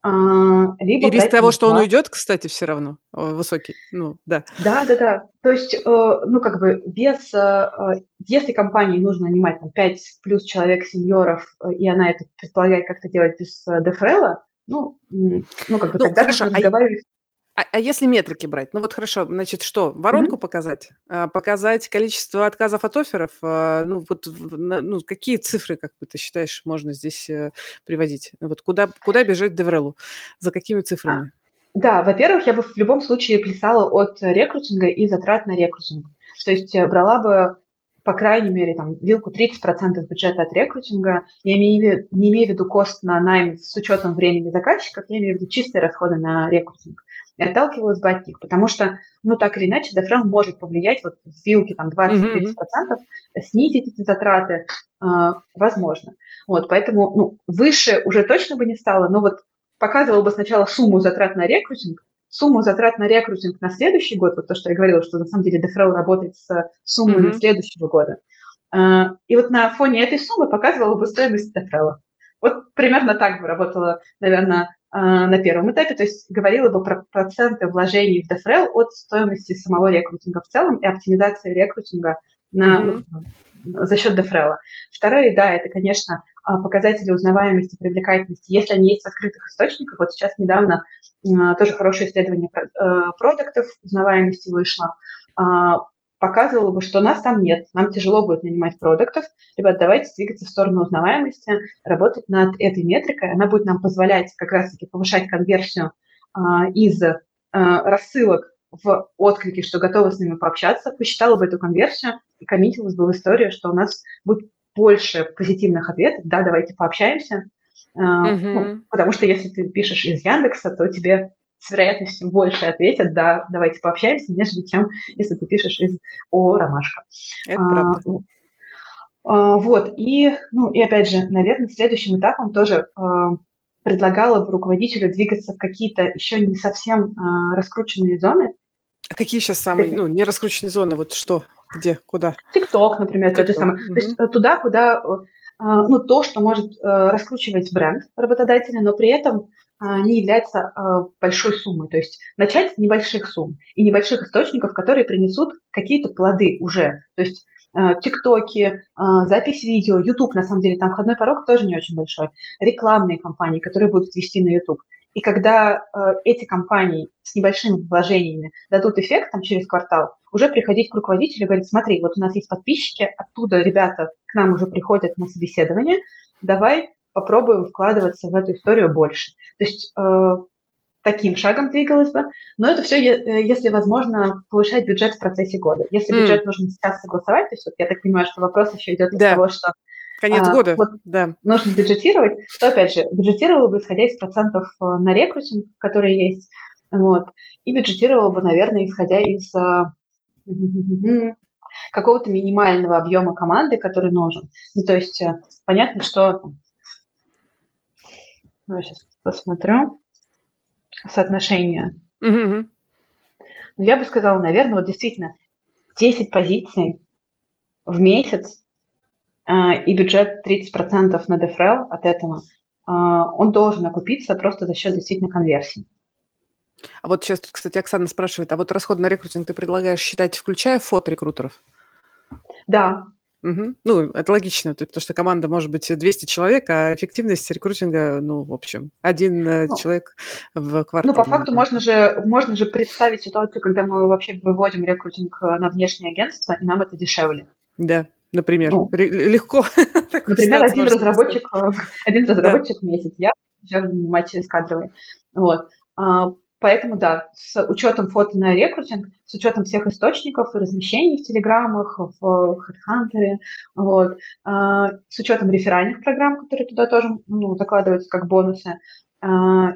А, либо и риск того, что он уйдет, кстати, все равно высокий. Ну, да. Да, да, да. То есть, э, ну, как бы без... Э, если компании нужно нанимать там, пять плюс человек сеньоров, и она это предполагает как-то делать без DevRel, ну, ну, как бы ну, тогда хорошо. разговаривать... А, а если метрики брать? Ну вот хорошо, значит, что? Воронку mm-hmm. показать? А, показать количество отказов от офферов? А, ну вот ну, какие цифры, как бы ты считаешь, можно здесь э, приводить? Вот куда, куда бежать DevRel? За какими цифрами? А, да, во-первых, я бы в любом случае плясала от рекрутинга и затрат на рекрутинг. То есть брала бы, по крайней мере, там, вилку тридцать процентов бюджета от рекрутинга. Я имею, не имею в виду кост на найм с учетом времени заказчиков, я имею в виду чистые расходы на рекрутинг. И отталкивалась бы от них, потому что, ну, так или иначе, DevRel может повлиять, вот в вилке там двадцать-тридцать процентов, mm-hmm. снизить эти затраты э, возможно. Вот, поэтому, ну, выше уже точно бы не стало, но вот показывала бы сначала сумму затрат на рекрутинг, сумму затрат на рекрутинг на следующий год, вот то, что я говорила, что на самом деле DevRel работает с суммой mm-hmm. следующего года. Э, и вот на фоне этой суммы показывала бы стоимость DevRel. Вот примерно так бы работала, наверное, на первом этапе, то есть говорила бы про проценты вложений в DevRel от стоимости самого рекрутинга в целом и оптимизации рекрутинга на, mm-hmm. ну, за счет DevRel. Второе, да, это, конечно, показатели узнаваемости, привлекательности, если они есть в открытых источниках. Вот сейчас недавно тоже хорошее исследование продуктов узнаваемости вышло, показывало бы, что нас там нет, нам тяжело будет нанимать продуктов. Ребят, давайте двигаться в сторону узнаваемости, работать над этой метрикой. Она будет нам позволять как раз-таки повышать конверсию а, из а, рассылок в отклики, что готовы с ними пообщаться, посчитала бы эту конверсию и коммитилась бы в историю, что у нас будет больше позитивных ответов. Да, давайте пообщаемся. А, mm-hmm. ну, потому что если ты пишешь из Яндекса, то тебе с вероятностью больше ответят, да, давайте пообщаемся, нежели чем если ты пишешь из ООО «Ромашка». Это а, правда. А, вот, и, ну, и опять же, наверное, следующим этапом тоже а, предлагала бы руководителю двигаться в какие-то еще не совсем а, раскрученные зоны. А какие сейчас самые, ну, не раскрученные зоны, вот что? Где? Куда? TikTok, например, тот же самый. Mm-hmm. То есть туда, куда, ну, то, что может раскручивать бренд работодателя, но при этом не является большой суммой. То есть начать с небольших сумм и небольших источников, которые принесут какие-то плоды уже. То есть ТикТоки, запись видео, YouTube, на самом деле, там входной порог тоже не очень большой. Рекламные кампании, которые будут вести на YouTube. И когда э, эти компании с небольшими вложениями дадут эффект там, через квартал, уже приходить к руководителю и говорить: смотри, вот у нас есть подписчики, оттуда ребята к нам уже приходят на собеседование, давай попробуем вкладываться в эту историю больше. То есть э, таким шагом двигалось бы, но это все, если возможно, повышать бюджет в процессе года. Если mm. бюджет нужно сейчас согласовать, то есть вот я так понимаю, что вопрос еще идет да. из того, что конец а, года, вот да. нужно бюджетировать, то, опять же, бюджетировала бы, исходя из процентов на рекрутинг, которые есть, вот, и бюджетировала бы, наверное, исходя из а, какого-то минимального объема команды, который нужен. Ну, то есть понятно, что... Ну, я сейчас посмотрю соотношение. Mm-hmm. Ну, я бы сказала, наверное, вот действительно десять позиций в месяц, и бюджет тридцать процентов на дефрел от этого, он должен окупиться просто за счет действительно конверсии. А вот сейчас, кстати, Оксана спрашивает, а вот расход на рекрутинг ты предлагаешь считать, включая фоторекрутеров? Да. Угу. Ну, это логично, потому что команда может быть двести человек, а эффективность рекрутинга, ну, в общем, один ну, человек в квартал. Ну, по факту можно же, можно же представить ситуацию, когда мы вообще выводим рекрутинг на внешнее агентство, и нам это дешевле. Да. Например, ну, легко. Например, один разработчик, один разработчик в месяц. Я занимаюсь через кадровый. Вот. Поэтому, да, с учетом фото на рекрутинг, с учетом всех источников и размещений в Телеграмах, в HeadHunter, вот, с учетом реферальных программ, которые туда тоже ну, закладываются как бонусы, но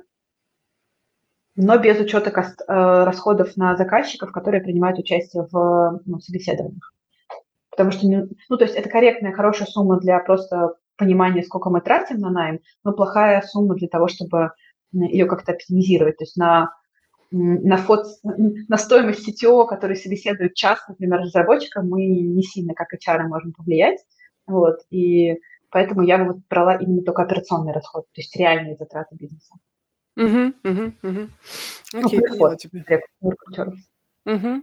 без учета кост, расходов на заказчиков, которые принимают участие в ну, собеседованиях. Потому что, ну, то есть это корректная, хорошая сумма для просто понимания, сколько мы тратим на найм, но плохая сумма для того, чтобы ее как-то оптимизировать. То есть на, на, фот, на стоимость си ти о, который собеседует час, например, разработчика, мы не сильно как эйч ар можем повлиять. Вот, и поэтому я бы вот брала именно только операционный расход, то есть реальные затраты бизнеса. Угу, угу, угу. Окей, ну, поняла тебя. Угу.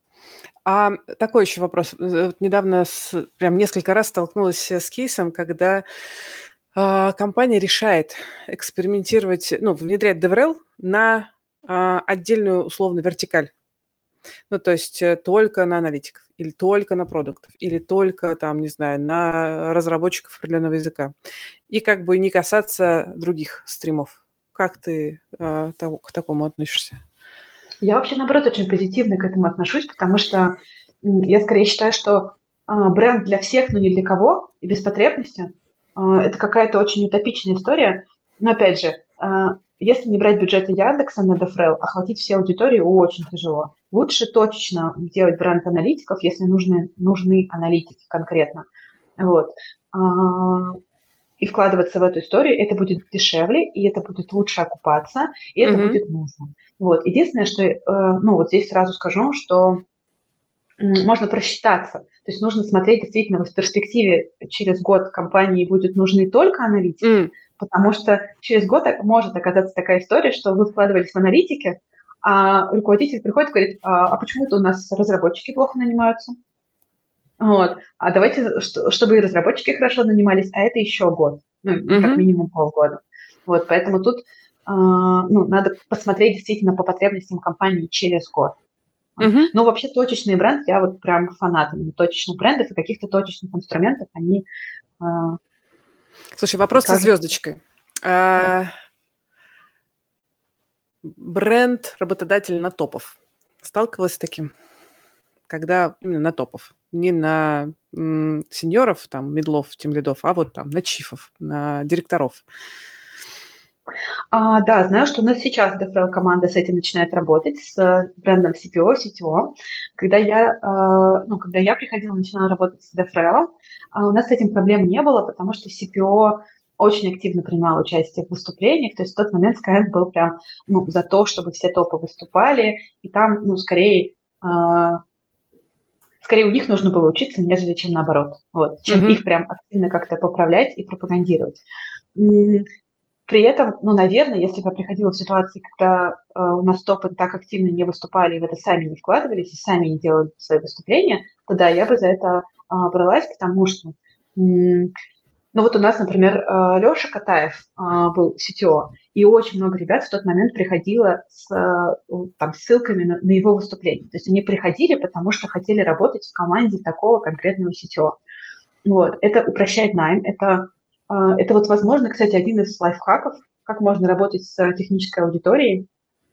А такой еще вопрос. Вот недавно с, прям несколько раз столкнулась с кейсом, когда э, компания решает экспериментировать, ну, внедрять DevRel на э, отдельную условно вертикаль. Ну, то есть только на аналитиков, или только на продуктов, или только, там, не знаю, на разработчиков определенного языка. И как бы не касаться других стримов. Как ты э, того, к такому относишься? Я вообще, наоборот, очень позитивно к этому отношусь, потому что я скорее считаю, что а, бренд для всех, но не для кого, и без потребности, а, это какая-то очень утопичная история. Но, опять же, а, если не брать бюджеты Яндекса на DevRel, охватить все аудитории очень тяжело. Лучше точечно делать бренд аналитиков, если нужны, нужны аналитики конкретно. Вот. А, и вкладываться в эту историю, это будет дешевле, и это будет лучше окупаться, и это mm-hmm. будет нужно. Вот. Единственное, что, э, ну, вот здесь сразу скажу, что э, можно просчитаться. То есть нужно смотреть действительно в перспективе, через год компании будет нужны только аналитики, mm. потому что через год может оказаться такая история, что вы вкладывались в аналитики, а руководитель приходит и говорит, а, а почему-то у нас разработчики плохо нанимаются. Вот. А давайте, чтобы и разработчики хорошо нанимались, а это еще год, ну, mm-hmm. как минимум полгода. Вот, поэтому тут э, ну, надо посмотреть действительно по потребностям компании через год. Mm-hmm. Но вообще точечный бренд, я вот прям фанат точечных брендов и каких-то точечных инструментов, они... Э, Слушай, вопрос со звездочкой. Да. Бренд работодатель на топов. Сталкивалась с таким? Когда именно на топов, не на м, сеньоров, там, медлов, тимлидов, а вот там на чифов, на директоров. А, да, знаю, что у нас сейчас DevRel команда с этим начинает работать, с брендом си пи о, си ти о. Когда я, э, ну, когда я приходила, начинала работать с DevRel, у нас с этим проблем не было, потому что си пи о очень активно принимал участие в выступлениях, то есть в тот момент Skyeng был прям ну, за то, чтобы все топы выступали, и там, ну, скорее... Э, скорее у них нужно было учиться, нежели чем наоборот. Вот, чем Мгм. их прям активно как-то поправлять и пропагандировать. М, При этом, ну, наверное, если бы я приходила в ситуации, когда э, у нас топы так активно не выступали, и в это сами не вкладывались, и сами не делали свои выступления, то да, я бы за это а, бралась, потому что м, ну вот у нас, например, Леша Катаев а, был си ти о, и очень много ребят в тот момент приходило с а, у- там, ссылками на, на его выступление. То есть они приходили, потому что хотели работать в команде такого конкретного си ти о. Вот. Это упрощает найм. Это, а, это вот, возможно, кстати, один из лайфхаков, как можно работать с технической аудиторией.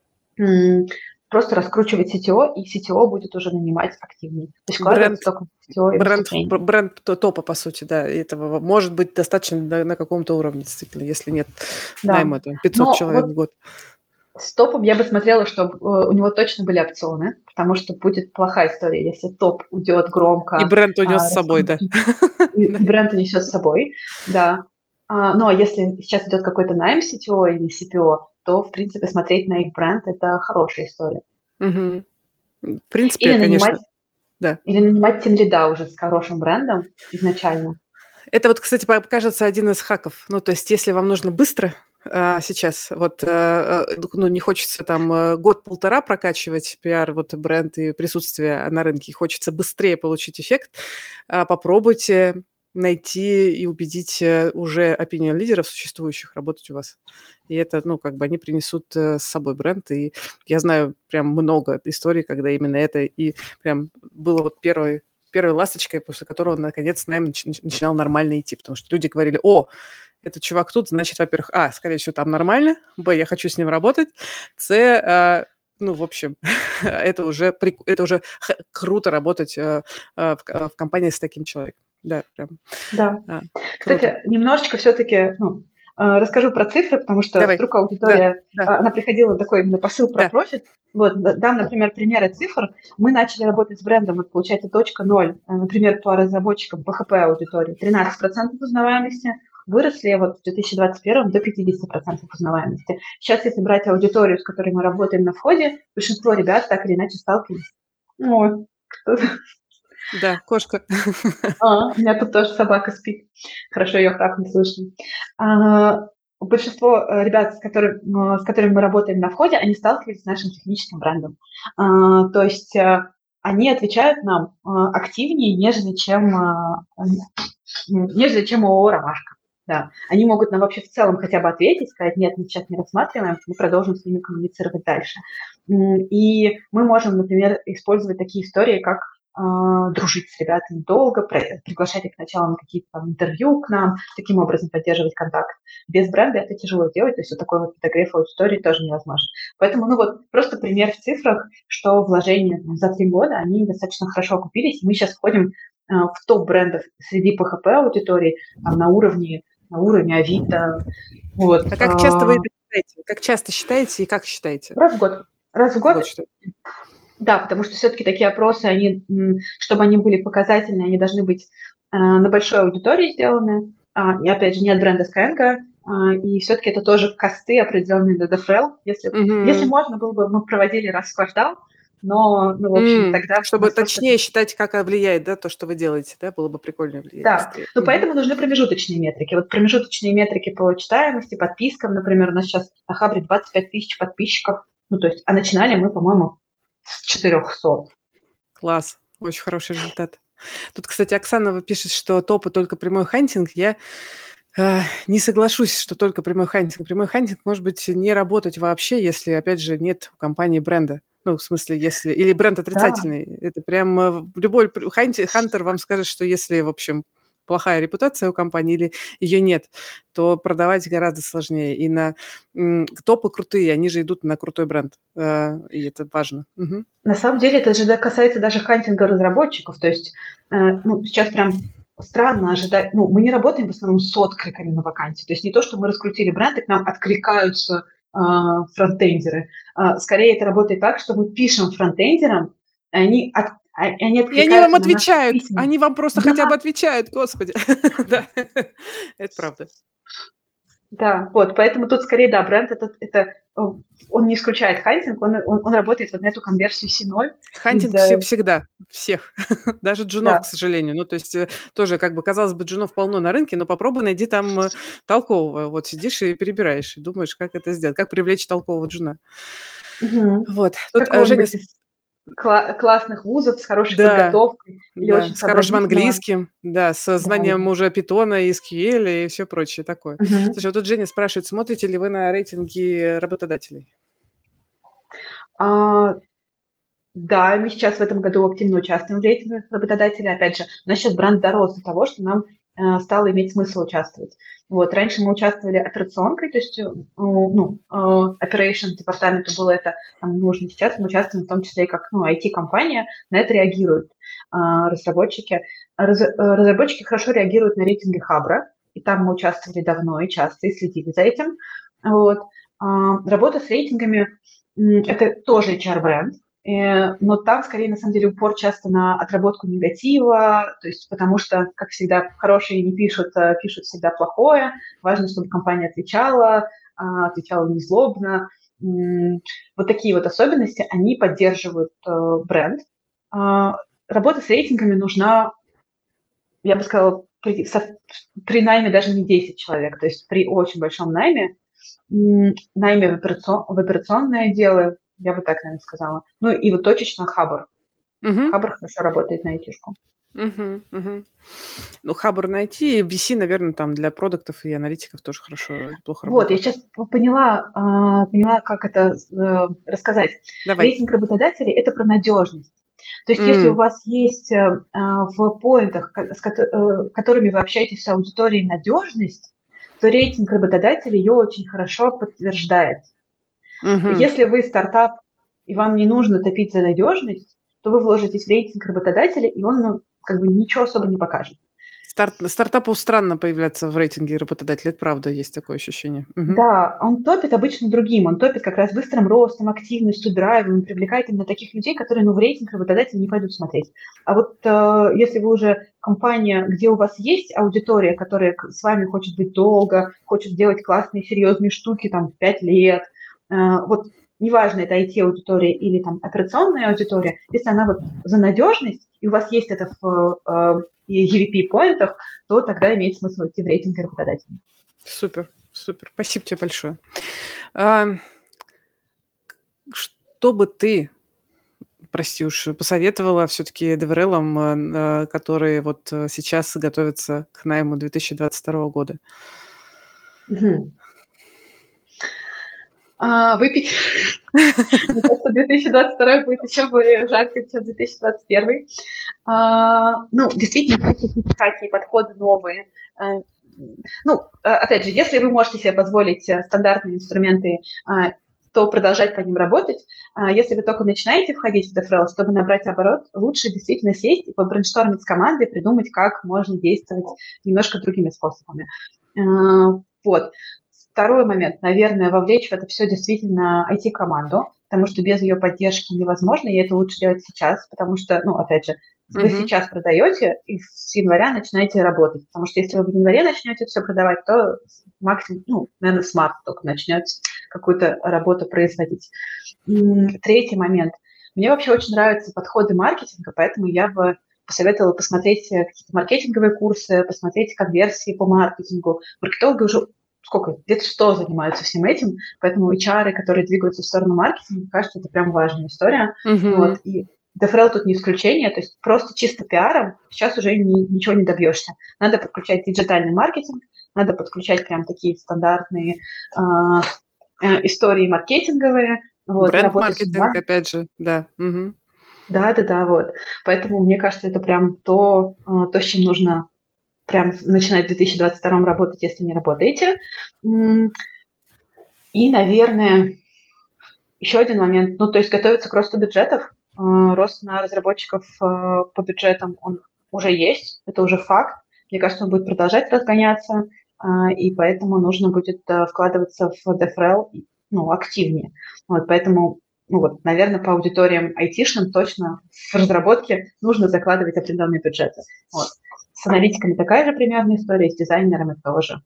М, Просто раскручивать си ти о, и си ти о будет уже нанимать активнее. То есть Бренд, вкладываться только в си ти о и бренд, выступление. бр- бренд то- топа, по сути, да. И этого может быть достаточно на, на каком-то уровне, действительно, если нет Да. найма, там, пятьсот Но человек вот в год. с топом я бы смотрела, чтобы у него точно были опционы, потому что будет плохая история, если топ уйдет И громко, бренд унес а, с собой, да. раскрутит, и Да. и бренд унесет с собой, да. А, ну, а если сейчас идет какой-то найм си ти о или си пи о, то, в принципе, смотреть на их бренд – это хорошая история. Мгм. В принципе, Или конечно, нанимать, да. или нанимать тимлида уже с хорошим брендом изначально. Это вот, кстати, по- кажется, один из хаков. Ну, то есть, если вам нужно быстро а, сейчас, вот, а, а, ну, не хочется там а, год-полтора прокачивать пиар, вот, бренд и присутствие на рынке, хочется быстрее получить эффект, а, попробуйте найти и убедить э, уже opinion-лидеров существующих работать у вас. И это, ну, как бы они принесут э, с собой бренд. И я знаю прям много историй, когда именно это и прям было вот первой первой ласточкой, после которого, наконец, найм нач- нач- начинал нормально идти. Потому что люди говорили: о, этот чувак тут, значит, во-первых, а, скорее всего, там нормально, б, я хочу с ним работать, с, а, ну, в общем, это уже, прик- это уже х- круто работать а, а, в, к- в компании с таким человеком. Да, прям Да. а, круто. Кстати, немножечко все-таки ну, э, расскажу про цифры, потому что Давай. вдруг Да, аудитория, да, а, она приходила такой именно посыл про да. профит. Вот, д- дам, например, примеры цифр. Мы начали работать с брендом, вот, получается, точка ноль, э, например, по разработчикам пи эйч пи аудитории, тринадцать процентов узнаваемости, выросли вот в две тысячи двадцать первом до пятьдесят процентов узнаваемости. Сейчас, если брать аудиторию, с которой мы работаем на входе, большинство ребят так или иначе сталкивались. Ой, кто-то Да, кошка. А, у меня тут тоже собака спит. Хорошо, ее так не слышно. А, большинство э, ребят, с, которым, э, с которыми мы работаем на входе, они сталкивались с нашим техническим брендом. А, то есть э, они отвечают нам э, активнее, нежели чем, э, нежели чем ООО «Ромашка». Да. Они могут нам вообще в целом хотя бы ответить, сказать: нет, мы сейчас не рассматриваем, мы продолжим с ними коммуницировать дальше. М, И мы можем, например, использовать такие истории, как а, дружить с ребятами долго, про- приглашать их сначала на какие-то там интервью к нам, таким образом поддерживать контакт. Без бренда это тяжело делать, то есть вот такой вот подогрев аудитории тоже невозможно. Поэтому, ну вот, просто пример в цифрах, что вложения там, за три года, они достаточно хорошо окупились, и мы сейчас входим а, в топ брендов среди пи эйч пи аудитории там, на уровне на уровне Авито. Вот, А как часто вы а, это считаете? Как часто считаете и как считаете? раз в год. Раз в Вот год. что. Да, потому что все-таки такие опросы, они, м, чтобы они были показательны, они должны быть э, на большой аудитории сделаны. А, и опять же, не от бренда Skyeng. А, и все-таки это тоже косты определенные до дефрел. Если, если Мгм. можно было бы, мы проводили раз в квартал, но, ну, в общем, М, тогда у Чтобы нас просто... точнее считать, как а, влияет, да, то, что вы делаете, да, было бы прикольно влиять Да, быстрее. но Мгм. поэтому нужны промежуточные метрики. Вот промежуточные метрики по читаемости, подпискам, например, у нас сейчас на Хабре двадцать пять тысяч подписчиков. Ну, то есть, а начинали мы, по-моему, с четырехсот. Класс, очень хороший результат. Тут, кстати, Оксана пишет, что топы только прямой хантинг. Я э, не соглашусь, что только прямой хантинг. Прямой хантинг может быть не работать вообще, если, опять же, нет у компании бренда. Ну, в смысле, если... Или бренд Да, отрицательный. Это прям э, любой пр- ханти- хантер вам скажет, что если, в общем, плохая репутация у компании или ее нет, то продавать гораздо сложнее. И на м, топы крутые, они же идут на крутой бренд. Э, и это важно. Мгм. на самом деле это же да- касается даже хантинга разработчиков. То есть, э, ну, сейчас прям странно ожидать. Ну, мы не работаем в основном с откликами на вакансии. То есть не то, что мы раскрутили бренд, и к нам откликаются э, фронтендеры. А, скорее это работает так, что мы пишем фронтендерам, и они, от- а- и они И они вам откликаются на наши отвечают. письма. Они вам просто Да, хотя бы отвечают, господи. Да, это правда. Да, вот, поэтому тут скорее, да, бренд это, это он не исключает хантинг, он, он, он работает вот на эту конверсию си ноль. Хантинг из-за- все всегда, всех, даже джунов, к Да. сожалению. Ну, то есть э, тоже, как бы, казалось бы, джунов полно на рынке, но попробуй найди там э, толкового. Вот сидишь и перебираешь, и думаешь, как это сделать, как привлечь толкового джуна. Мгм. Вот. Тут, э, Женя, Какого-нибудь из кла- классных вузов с хорошей да, подготовкой или да, очень с хорошим сообразительного. английским, да, со Да. знанием уже питона, эс кью эль и все прочее такое. Мгм. Слушай, вот тут Женя спрашивает, смотрите ли вы на рейтинги работодателей? А, да, мы сейчас в этом году активно участвуем в рейтингах работодателей. Опять же, у нас сейчас бренд дорос до того, что нам э, стало иметь смысл участвовать. Вот. Раньше мы участвовали операционкой, то есть э, ну, э, operation департаменту было это там, нужно. Сейчас мы участвуем в том числе и как ну, ай ти-компания, на это реагируют э, разработчики. Раз, э, разработчики хорошо реагируют на рейтинги Хабра, и там мы участвовали давно и часто, и следили за этим. Вот. А, работа с рейтингами м, – это тоже эйч ар-бренд. Но там, скорее, на самом деле, упор часто на отработку негатива, то есть потому что, как всегда, хорошие не пишут, а пишут всегда плохое. Важно, чтобы компания отвечала, отвечала незлобно. Вот такие вот особенности, они поддерживают бренд. Работа с рейтингами нужна, я бы сказала, при, при найме даже не десять человек, то есть при очень большом найме, найме в, операцион, в операционное дело, я бы так, наверное, сказала. Ну и вот точечно Хабр. Угу. Хабр хорошо работает на айтишку. Угу, угу. Ну, Хабр найти, би си, наверное, там для продуктов и аналитиков тоже хорошо, плохо Вот, работает. я сейчас поняла, поняла, как это рассказать. Давай. Рейтинг работодателей – это про надежность. То есть, mm. если у вас есть в поинтах, с которыми вы общаетесь с аудиторией, надежность, то рейтинг работодателей ее очень хорошо подтверждает. Угу. Если вы стартап, и вам не нужно топить за надежность, то вы вложитесь в рейтинг работодателя, и он ну, как бы ничего особо не покажет. Старт, стартапу странно появляться в рейтинге работодателя, это правда, есть такое ощущение. Угу. Да, он топит обычно другим, он топит как раз быстрым ростом, активностью, драйвом, привлекает именно таких людей, которые ну, в рейтинг работодателя не пойдут смотреть. А вот э, если вы уже компания, где у вас есть аудитория, которая с вами хочет быть долго, хочет делать классные, серьезные штуки, там, пять лет, э, вот неважно, это ай ти-аудитория или там операционная аудитория, если она вот за надежность, и у вас есть это в э, ю ви пи-поинтах, то тогда имеет смысл идти в рейтинг работодателя. Супер, супер. Спасибо тебе большое. А, что бы ты, прости уж, посоветовала все-таки деврелам, которые вот сейчас готовятся к найму две тысячи двадцать второго года? Угу. А, выпить. Мне кажется, две тысячи двадцать второй будет еще более жарко, чем две тысячи двадцать первый. А, ну, действительно, какие-то такие подходы новые. Ну, опять же, если вы можете себе позволить стандартные инструменты, то продолжать по ним работать. Если вы только начинаете входить в DevRel, чтобы набрать оборот, лучше действительно сесть и побрейнштормить с командой, придумать, как можно действовать немножко другими способами. Вот. Второй момент, наверное, вовлечь в это все действительно ай ти-команду, потому что без ее поддержки невозможно, и это лучше делать сейчас, потому что, ну, опять же, вы uh-huh. сейчас продаете, и с января начинаете работать, потому что если вы в январе начнете все продавать, то максимум, ну, наверное, с марта только начнете какую-то работу производить. Третий момент. Мне вообще очень нравятся подходы маркетинга, поэтому я бы посоветовала посмотреть какие-то маркетинговые курсы, посмотреть конверсии по маркетингу. Маркетологи уже сколько, лет сто занимаются всем этим, поэтому эйч ар, которые двигаются в сторону маркетинга, кажется, это прям важная история. Uh-huh. Вот. И DevRel тут не исключение, то есть просто чисто пиаром сейчас уже ни, ничего не добьешься. Надо подключать диджитальный маркетинг, надо подключать прям такие стандартные э, э, истории маркетинговые. Вот, бренд-маркетинг, опять же, да. Угу. Да-да-да, вот. Поэтому, мне кажется, это прям то, то, с чем нужно прям начинать в две тысячи двадцать втором работать, если не работаете. И, наверное, еще один момент, ну, то есть готовиться к росту бюджетов. Рост на разработчиков по бюджетам, он уже есть, это уже факт. Мне кажется, он будет продолжать разгоняться, и поэтому нужно будет вкладываться в DevRel, ну, активнее. Вот, поэтому, ну, вот, наверное, по аудиториям айтишным точно в разработке нужно закладывать определенные бюджеты. Вот. С аналитиками такая же примерная история, с дизайнерами тоже.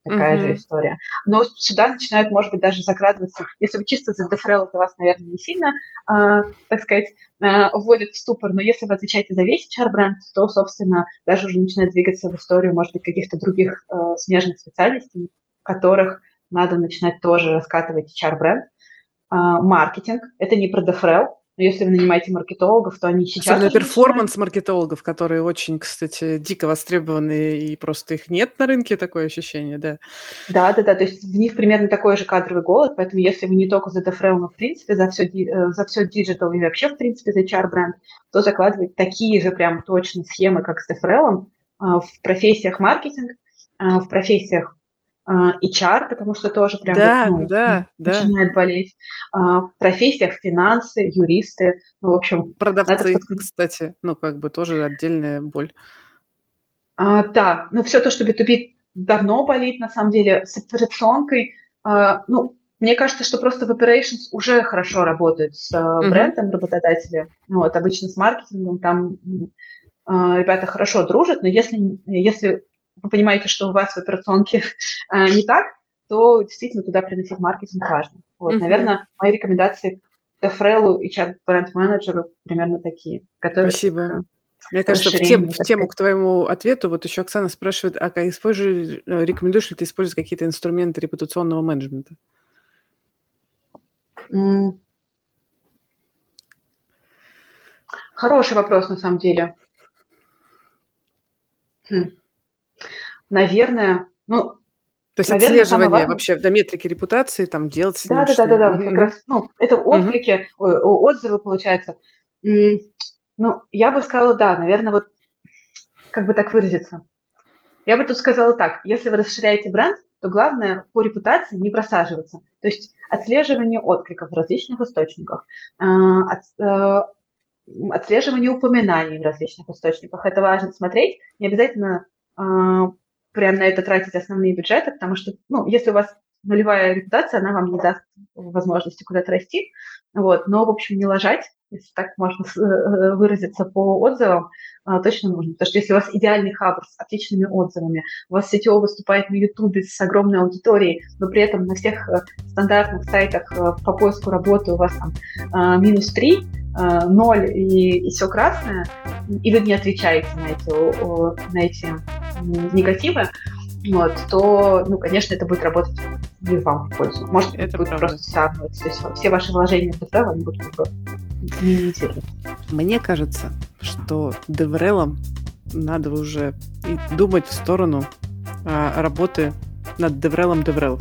такая uh-huh. же история. Но сюда начинают, может быть, даже закрадываться, если вы чисто за дефрел, это вас, наверное, не сильно, э, так сказать, э, вводит в ступор, но если вы отвечаете за весь эйч ар-бренд, то, собственно, даже уже начинает двигаться в историю, может быть, каких-то других э, смежных специальностей, которых надо начинать тоже раскатывать эйч ар-бренд. Э, маркетинг – это не про дефрел. Но если вы нанимаете маркетологов, то они сейчас... Особенно перформанс-маркетологов, которые очень, кстати, дико востребованы, и просто их нет на рынке, такое ощущение, да? Да-да-да, то есть в них примерно такой же кадровый голод, поэтому если вы не только за дефрел, но в принципе за все, за все диджитал и вообще, в принципе, за эйч ар-бренд, то закладывать такие же прям точно схемы, как с дефрелом, в профессиях маркетинг, в профессиях эйч ар, потому что тоже прям да, ну, да, начинает да. болеть. В профессиях финансы, юристы, ну, в общем... Продавцы, надо... кстати, ну, как бы тоже отдельная боль. А, да, ну, все то, что би ту би давно болит, на самом деле, с операционкой, а, ну, мне кажется, что просто в operations уже хорошо работают с uh-huh. брендом работодателя, вот, обычно с маркетингом, там а, ребята хорошо дружат, но если, если вы понимаете, что у вас в операционке а, не так, то действительно туда приносить маркетинг важно. Вот, uh-huh. Наверное, мои рекомендации к дефрелу и эйч ар-бренд-менеджеру примерно такие. Спасибо. Мне кажется, в, тем, в тему к твоему ответу, вот еще Оксана спрашивает, а используешь, рекомендуешь ли ты использовать какие-то инструменты репутационного менеджмента? Mm. Хороший вопрос, на самом деле. Хм. Наверное, ну, то есть наверное, отслеживание вообще до метрики репутации, там, делать с ним да, да, да, да, да, вот как раз, ну, это отклики, uh-huh. отзывы, получается. Ну, я бы сказала, да, наверное, вот, как бы так выразиться. Я бы тут сказала так, если вы расширяете бренд, то главное по репутации не просаживаться. То есть отслеживание откликов в различных источниках, отслеживание упоминаний в различных источниках. Это важно смотреть, не обязательно прям на это тратить основные бюджеты, потому что, ну, если у вас нулевая репутация, она вам не даст возможности куда-то расти, вот, но, в общем, не лажать, если так можно выразиться по отзывам, точно нужно, потому что если у вас идеальный хабр с отличными отзывами, у вас си ти о выступает на Ютубе с огромной аудиторией, но при этом на всех стандартных сайтах по поиску работы у вас там минус три, ноль и, и все красное, и вы не отвечаете на эти, на эти негативы, вот, то, ну, конечно, это будет работать не вам в пользу. Может, это будет правда. Просто сравнивать. То есть все ваши вложения в DevRel, они будут просто минимизировать. Мне кажется, что DevRel надо уже думать в сторону а, работы над DevRel DevRel.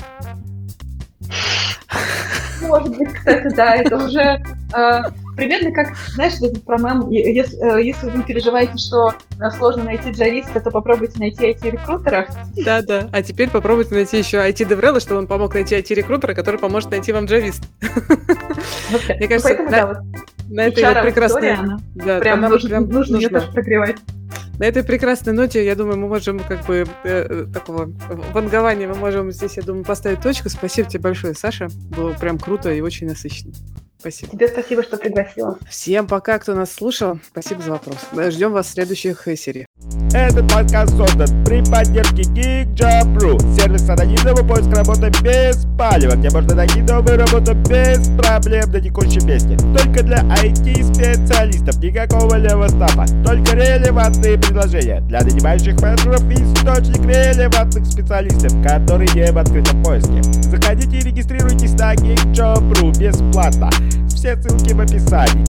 Может быть, кстати, да, это уже э, примерно как, знаешь, этот про мем, если, э, если вы переживаете, что сложно найти джависта, то попробуйте найти ай ти-рекрутера. Да-да, а теперь попробуйте найти еще ай ти-деврела, чтобы он помог найти ай ти-рекрутера, который поможет найти вам джавист. Okay. Мне кажется, ну, поэтому, на, да, вот на этой вот прекрасной... История, она да, прям нужно, прям нужно, нужно ее тоже прогревать. На этой прекрасной ноте, я думаю, мы можем как бы э, такого вангования, мы можем здесь, я думаю, поставить точку. Спасибо тебе большое, Саша. Было прям круто и очень насыщенно. Спасибо. Тебе спасибо, что пригласила. Всем пока, кто нас слушал. Спасибо за вопрос. Ждем вас в следующих сериях. Этот подкаст создан при поддержке GeekJob.ru, сервис анонимного поиска работы без палева, где можно найти новую работу без проблем на текущем месте. Только для ай ти-специалистов, никакого левого стафа, только релевантные предложения для нанимающих менеджеров и источник релевантных специалистов, которые не в открытом поиске. Заходите и регистрируйтесь на GeekJob.ru бесплатно. Все ссылки в описании.